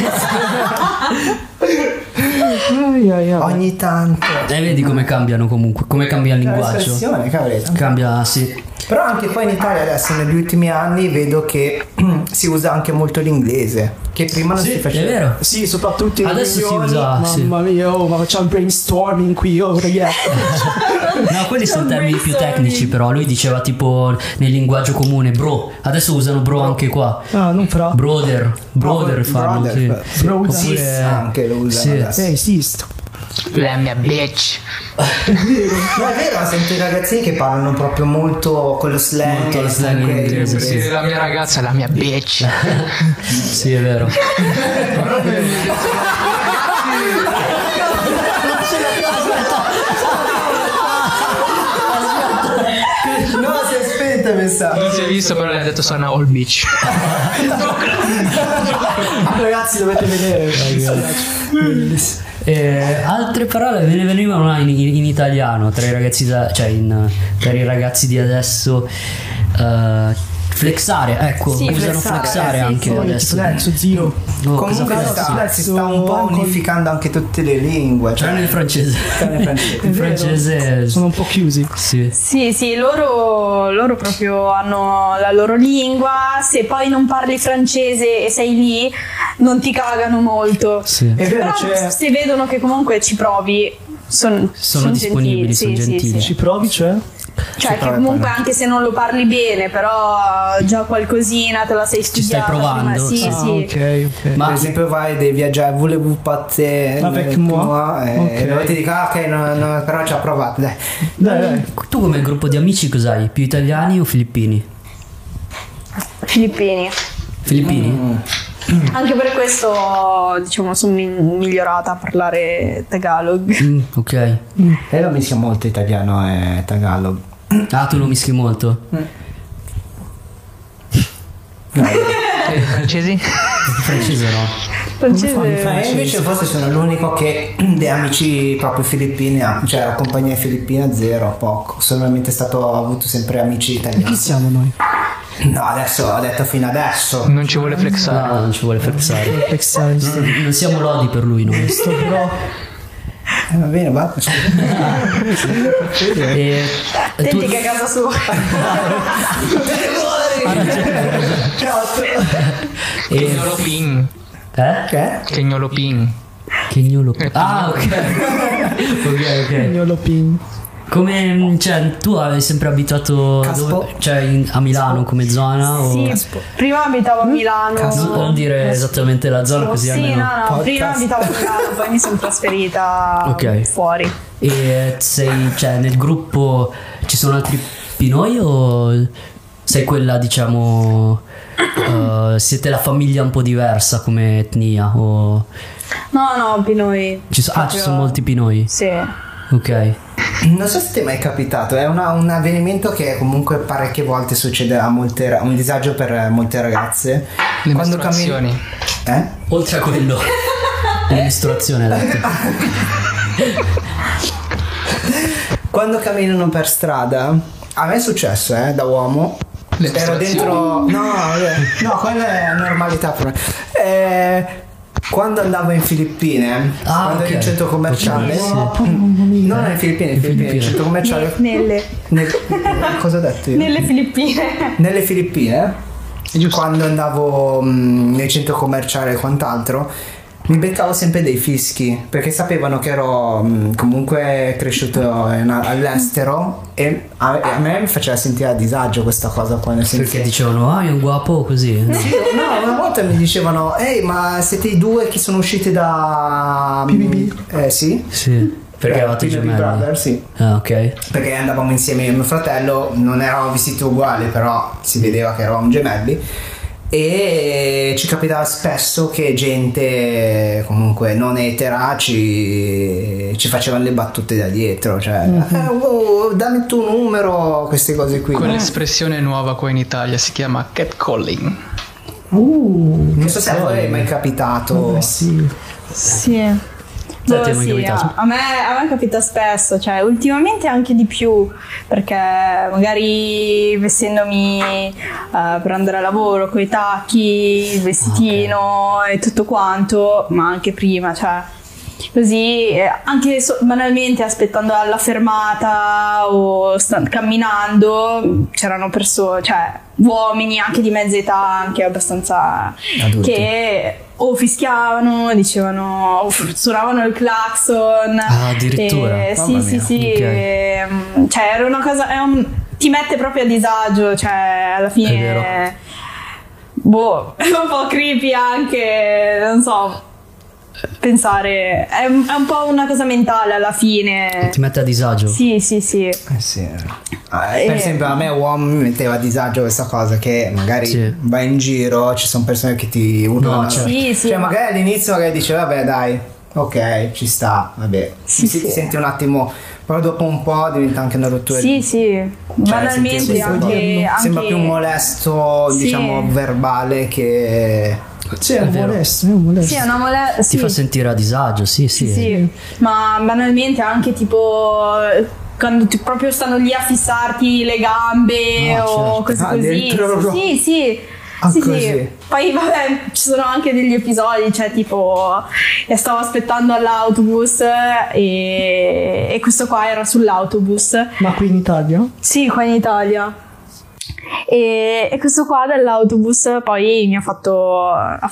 B: Ai, ai, ai.
D: Ogni tanto.
F: Vedi come cambiano comunque, come cambia il linguaggio.
D: L'espressione, cavolo.
F: Cambia, sì.
D: Però anche qua in Italia adesso negli ultimi anni vedo che si usa anche molto l'inglese, che prima non si
F: Sì, è
D: faceva.
F: vero.
B: Sì, soprattutto in
F: Adesso si
B: riunioni.
F: usa, sì.
B: Mamma mia, oh, ma facciamo brainstorming qui, oh ragazzi.
F: No, quelli sono termini più tecnici, però lui diceva tipo nel linguaggio comune bro. Adesso usano bro anche qua.
B: Ah, non fra.
F: Brother fanno,
D: brother.
F: sì.
B: Bro,
D: Sis anche lo usano
F: Sì.
D: adesso.
B: esisto.
C: La mia bitch.
D: No, è vero, sento i ragazzini che parlano proprio molto con lo slang.
F: Molto lo slang
D: comunque-
F: inglese,
C: Sì,
F: sì.
C: la mia ragazza è la mia bitch.
F: Sì, è vero.
D: No, si è spenta mi sa.
C: Non si è visto, però le ha detto sono all bitch.
B: Ragazzi, dovete vedere.
F: Altre parole me ne venivano in italiano tra i ragazzi per i ragazzi di adesso. Flexare, ecco,
E: Sì,
F: usano
E: flexare,
F: flexare
E: sì,
F: anche
E: sì.
F: adesso.
B: Flexo, zio.
F: No,
D: Comunque
F: cosa
D: si
F: flexi?
D: sta un po' unificando anche tutte le lingue.
F: Tranne il francese.
D: tranne il francese.
F: Il francese
B: Sono un po' chiusi.
F: sì.
E: Sì, loro proprio hanno la loro lingua. Se poi non parli francese e sei lì, non ti cagano molto.
F: Sì.
B: È vero,
E: Però
B: cioè,
E: se vedono che comunque ci provi, sono
F: disponibili, sono gentili.
B: ci provi, cioè?
E: Cioè che comunque anche se non lo parli bene, però già qualcosina te la sei
F: stai
E: studiata.
F: provando,
E: Sì,
F: sì.
E: sì.
B: Ok.
F: Ma
D: Per esempio vai, devi viaggiare, volevo pazzere
B: Avec moi. Ok.
D: e loro ti dico ok, no, però ci ha provato, dai.
B: Dai.
F: tu come gruppo di amici cos'hai? Più italiani o filippini?
E: Filippini.
F: Filippini?
E: Anche per questo, diciamo, sono migliorata a parlare Tagalog.
F: Ok.
D: E lo mischia molto italiano e tagalog.
F: Ah, tu lo mischi molto?
C: Francesi?
F: Il francese no.
E: Francese.
D: Invece forse sono l'unico che dei amici proprio filippini ha, cioè la compagnia filippina zero, poco. Solamente ho avuto sempre amici
B: Chi
D: italiani.
B: siamo noi?
D: No, adesso ho detto fino adesso.
C: Non ci vuole flexare.
F: No, non ci vuole flexare.
B: Flexare.
F: Non siamo lodi per lui noi.
B: Sto però.
D: Va bene, va.
F: E tu,
E: Senti che a casa sua.
C: Kegnoloping.
F: eh?
C: Kegnoloping.
F: Che gnolo. Ah, ok. Ok.
B: Gnolo ping.
F: Come, cioè, tu hai sempre abitato dove? Cioè a Milano come zona? O...
E: Sì, prima abitavo a Milano.
F: Non dire esattamente la zona così
E: Sì,
F: almeno.
E: no, prima abitavo a Milano, poi mi sono trasferita
F: Ok.
E: fuori.
F: E cioè, nel gruppo ci sono altri Pinoi o sei quella, diciamo, siete la famiglia un po' diversa come etnia? O...
E: No, Pinoi.
F: ci sono molti Pinoi.
E: Sì.
F: Ok.
D: Non so se ti è mai capitato, è un avvenimento che comunque parecchie volte succede a un disagio per molte ragazze.
C: Le
D: Quando
C: mestruazioni.
F: Oltre a quello, la mestruazione, detto.
D: Quando camminano per strada, a me è successo, da uomo.
C: Le
D: Ero dentro. No, quella è normalità per me. Quando andavo in Filippine, quando ero in centro commerciale, non in Filippine, in centro commerciale. Cosa ho detto io?
E: Nelle Filippine.
D: Nelle Filippine, quando andavo nel centro commerciale e quant'altro, mi beccavo sempre dei fischi perché sapevano che ero comunque cresciuto all'estero e a me mi faceva sentire a disagio questa cosa qua, nel senso
F: Perché dicevano, è un guapo così. No.
D: Sì, no, una volta mi dicevano, ehi, ma siete i due che sono usciti da
B: PBB?
D: Sì.
F: Perché eravate
D: PBB
F: gemelli?
D: Brother, sì.
F: Ah, ok.
D: Perché andavamo insieme io e mio fratello, non eravamo vestiti uguali, però si vedeva che eravamo gemelli. E ci capitava spesso che gente comunque non etera ci facevano le battute da dietro, cioè dammi il tuo numero, queste cose qui.
C: Quell'espressione nuova qua in Italia si chiama catcalling.
D: Non so se a voi è mai capitato.
B: Sì.
F: Ti è mai capitato?
E: A me capita spesso, cioè ultimamente anche di più, perché magari vestendomi per andare a lavoro con i tacchi, il vestitino e tutto quanto, ma anche prima, cioè così anche banalmente aspettando alla fermata o camminando c'erano persone, cioè uomini anche di mezza età, anche abbastanza
D: adulti,
E: che o fischiavano, dicevano, suonavano il clacson.
F: Addirittura.
E: Sì.
F: Okay.
E: Cioè era una cosa, ti mette proprio a disagio, cioè alla fine è un po' creepy anche, non so, pensare, è un po' una cosa mentale alla fine.
F: Ti mette a disagio?
E: Sì.
D: Sì. Per esempio a me uomo mi metteva a disagio questa cosa che magari vai in giro, ci sono persone che ti urlano,
F: No, certo.
D: cioè magari all'inizio magari dice vabbè dai, ok, ci sta, vabbè, ti senti un attimo, però dopo un po' diventa anche una rottura.
E: Cioè, banalmente anche
D: sembra più molesto, diciamo, verbale che
B: Sì, è un molesto.
E: Sì, è una molestia.
F: Ti fa sentire a disagio, sì.
E: Ma banalmente anche tipo quando proprio stanno lì a fissarti le gambe o cose così. Sì. Poi vabbè, ci sono anche degli episodi, cioè tipo stavo aspettando all'autobus e questo qua era sull'autobus.
B: Ma qui in Italia?
E: Sì, qua in Italia. E questo qua dell'autobus poi mi ha fatto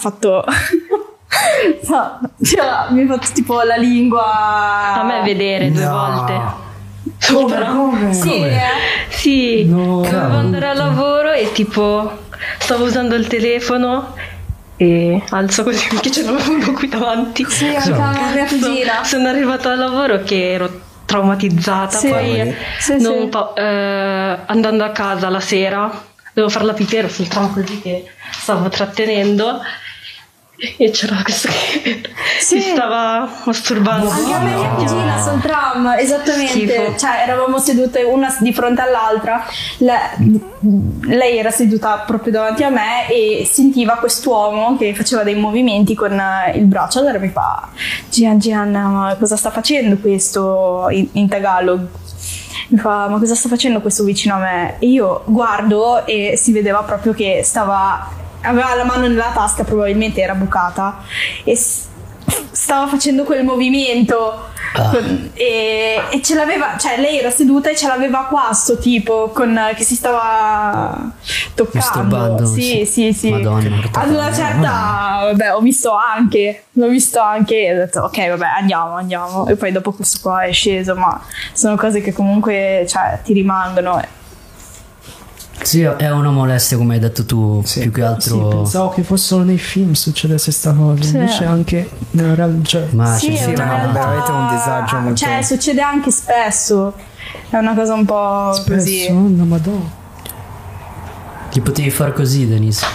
E: no, cioè, mi ha fatto tipo la lingua
G: a me vedere 2 volte.
B: Come?
G: Sì,
B: No,
G: dovevo andare al lavoro e tipo stavo usando il telefono e alzo così perché ce l'avevo uno qui davanti.
E: Sì, anche la mia cugina.
G: Sono arrivata al lavoro che ero traumatizzata, poi andando a casa la sera devo fare la pipì, ero sul tram così che stavo trattenendo e c'era questo che si stava masturbando.
E: Anche a me mia cugina sul tram, esattamente.
G: Schifo.
E: Cioè eravamo sedute una di fronte all'altra, lei era seduta proprio davanti a me e sentiva quest'uomo che faceva dei movimenti con il braccio. Allora mi fa: Gian, ma cosa sta facendo questo in Tagalog? Mi fa: ma cosa sta facendo questo vicino a me? E io guardo e si vedeva proprio che aveva la mano nella tasca, probabilmente era bucata e stava facendo quel movimento e ce l'aveva, cioè lei era seduta e ce l'aveva qua sto tipo che si stava toccando. Sì.
F: Madonna,
E: ad una certa vabbè, l'ho visto anche e ho detto ok vabbè andiamo e poi dopo questo qua è sceso, ma sono cose che comunque ti rimangono.
F: Sì, è una molestia come hai detto tu, più che altro.
B: Sì, pensavo che fosse solo nei film succedesse sta cosa, invece anche nella realtà.
F: Ma
E: sì,
F: c'è
D: veramente un disagio molto.
E: Cioè, succede anche spesso. È una cosa un po' così.
B: No, madonna.
F: Ti potevi fare così, Denise.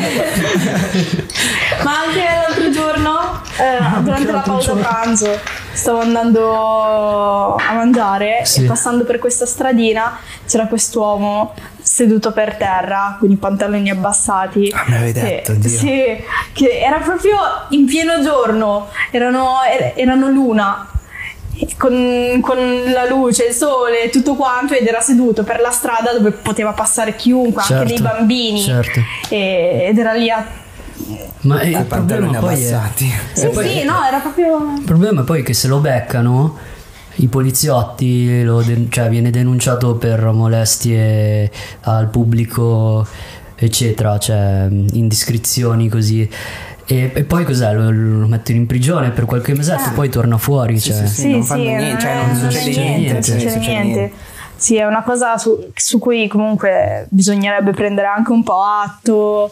E: Ma anche l'altro giorno, durante la pausa pranzo, stavo andando a mangiare
F: Sì.
E: e passando per questa stradina c'era quest'uomo seduto per terra con i pantaloni abbassati.
D: Ah, me l'avevi detto,
E: che,
D: Dio.
E: sì, che era proprio in pieno giorno, erano l'una. Con la luce, il sole e tutto quanto, ed era seduto per la strada dove poteva passare chiunque, anche
F: Certo,
E: dei bambini,
F: certo.
E: Ed era lì
F: Ma il
D: pantaloni
F: problema poi è...
D: abbassati.
E: sì, sì, no, era proprio...
F: Il problema è poi che se lo beccano i poliziotti, cioè viene denunciato per molestie al pubblico, eccetera, cioè indiscrezioni così. E poi cos'è? Lo mettono in prigione per qualche mesetto, poi torna fuori. Cioè.
D: Sì, non fanno niente, cioè non succede niente.
E: Non succede niente. Sì, è una cosa su cui comunque bisognerebbe prendere anche un po' atto,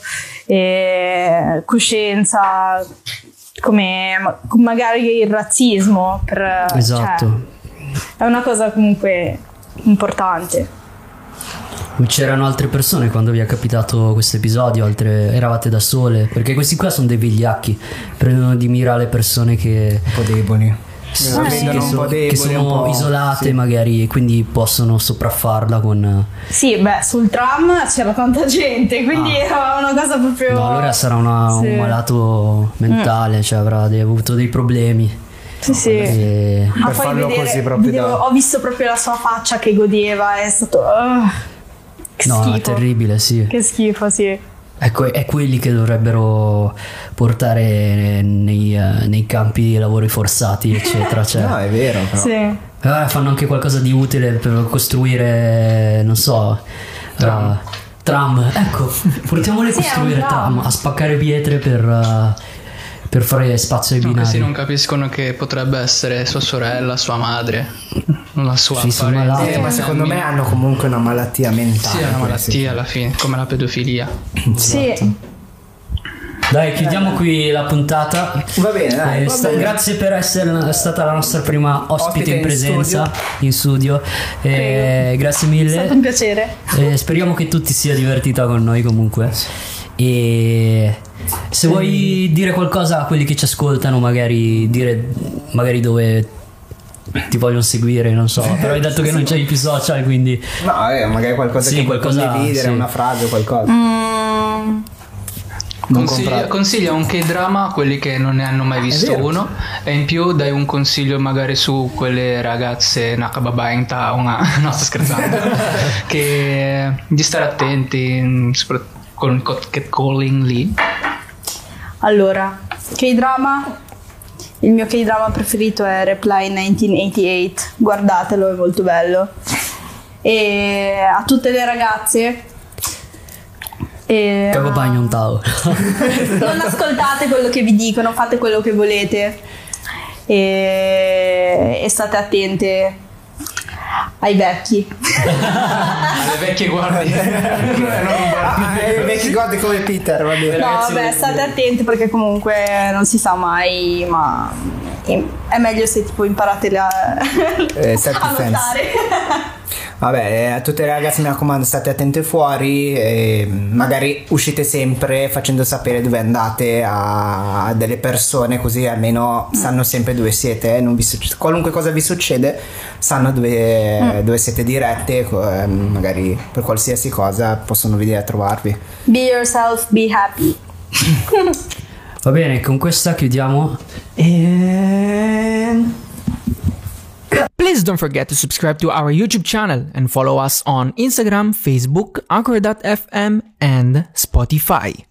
E: coscienza, come magari il razzismo.
F: Esatto.
E: Cioè, è una cosa comunque importante.
F: C'erano altre persone quando vi è capitato questo episodio? Eravate da sole? Perché questi qua sono dei vigliacchi, prendono di mira le persone che...
D: Un po' deboli.
F: che sono isolate, sì, magari, e quindi possono sopraffarla con...
E: Sì, beh, sul tram c'era tanta gente, quindi era una cosa proprio...
F: No, allora sarà un malato mentale, cioè avrà avuto dei problemi.
E: Sì.
F: E...
E: Ma
D: per
E: poi
D: farlo così proprio
E: ho visto proprio la sua faccia che godeva, è stato... che
F: no,
E: schifo.
F: è terribile, sì.
E: Che schifo, sì.
F: Ecco, è quelli che dovrebbero portare nei campi di lavori forzati, eccetera. Cioè,
D: No, è vero. Però.
E: Sì.
F: Fanno anche qualcosa di utile per costruire, non so, tram. Ecco, portiamoli a costruire tram, a spaccare pietre per fare spazio ai binari.
C: Questi non capiscono che potrebbe essere sua sorella, sua madre, non la sua
F: sono
C: parente.
F: malati.
D: Ma secondo me hanno comunque una malattia mentale.
C: Sì, è una malattia alla fine, come la pedofilia.
E: Sì.
F: Dai, chiudiamo qui la puntata.
D: Va bene, dai.
F: Grazie per essere stata la nostra prima ospite in presenza in studio. Grazie mille.
E: È stato un piacere.
F: Speriamo che tu ti sia divertita con noi comunque. E se vuoi dire qualcosa a quelli che ci ascoltano, magari dove ti vogliono seguire, non so, però hai detto che non c'hai più social, quindi
D: no, magari qualcosa che puoi condividere, una frase o qualcosa.
C: Consiglia un K-drama a quelli che non ne hanno mai visto uno, e in più dai un consiglio magari su quelle ragazze nakababaeng no, sto scherzando, che di stare attenti con catcalling lì.
E: Allora, K-drama, il mio K-drama preferito è Reply 1988, guardatelo, è molto bello. E a tutte le ragazze,
F: non
E: ascoltate quello che vi dicono, fate quello che volete e state attente ai vecchi.
C: Alle vecchie guardie.
D: Ai vecchi guardi come Peter, va bene.
E: No, vabbè, state attenti perché comunque non si sa mai, ma è meglio se tipo imparate a nuotare.
D: Vabbè, a tutte le ragazze mi raccomando, state attente fuori e magari uscite sempre facendo sapere dove andate a delle persone, così almeno sanno sempre dove siete, qualunque cosa vi succede sanno dove siete dirette, magari per qualsiasi cosa possono venire a trovarvi.
E: Be yourself, be happy.
F: Va bene, con questa chiudiamo.
A: Please don't forget to subscribe to our YouTube channel and follow us on Instagram, Facebook, Anchor.fm, and Spotify.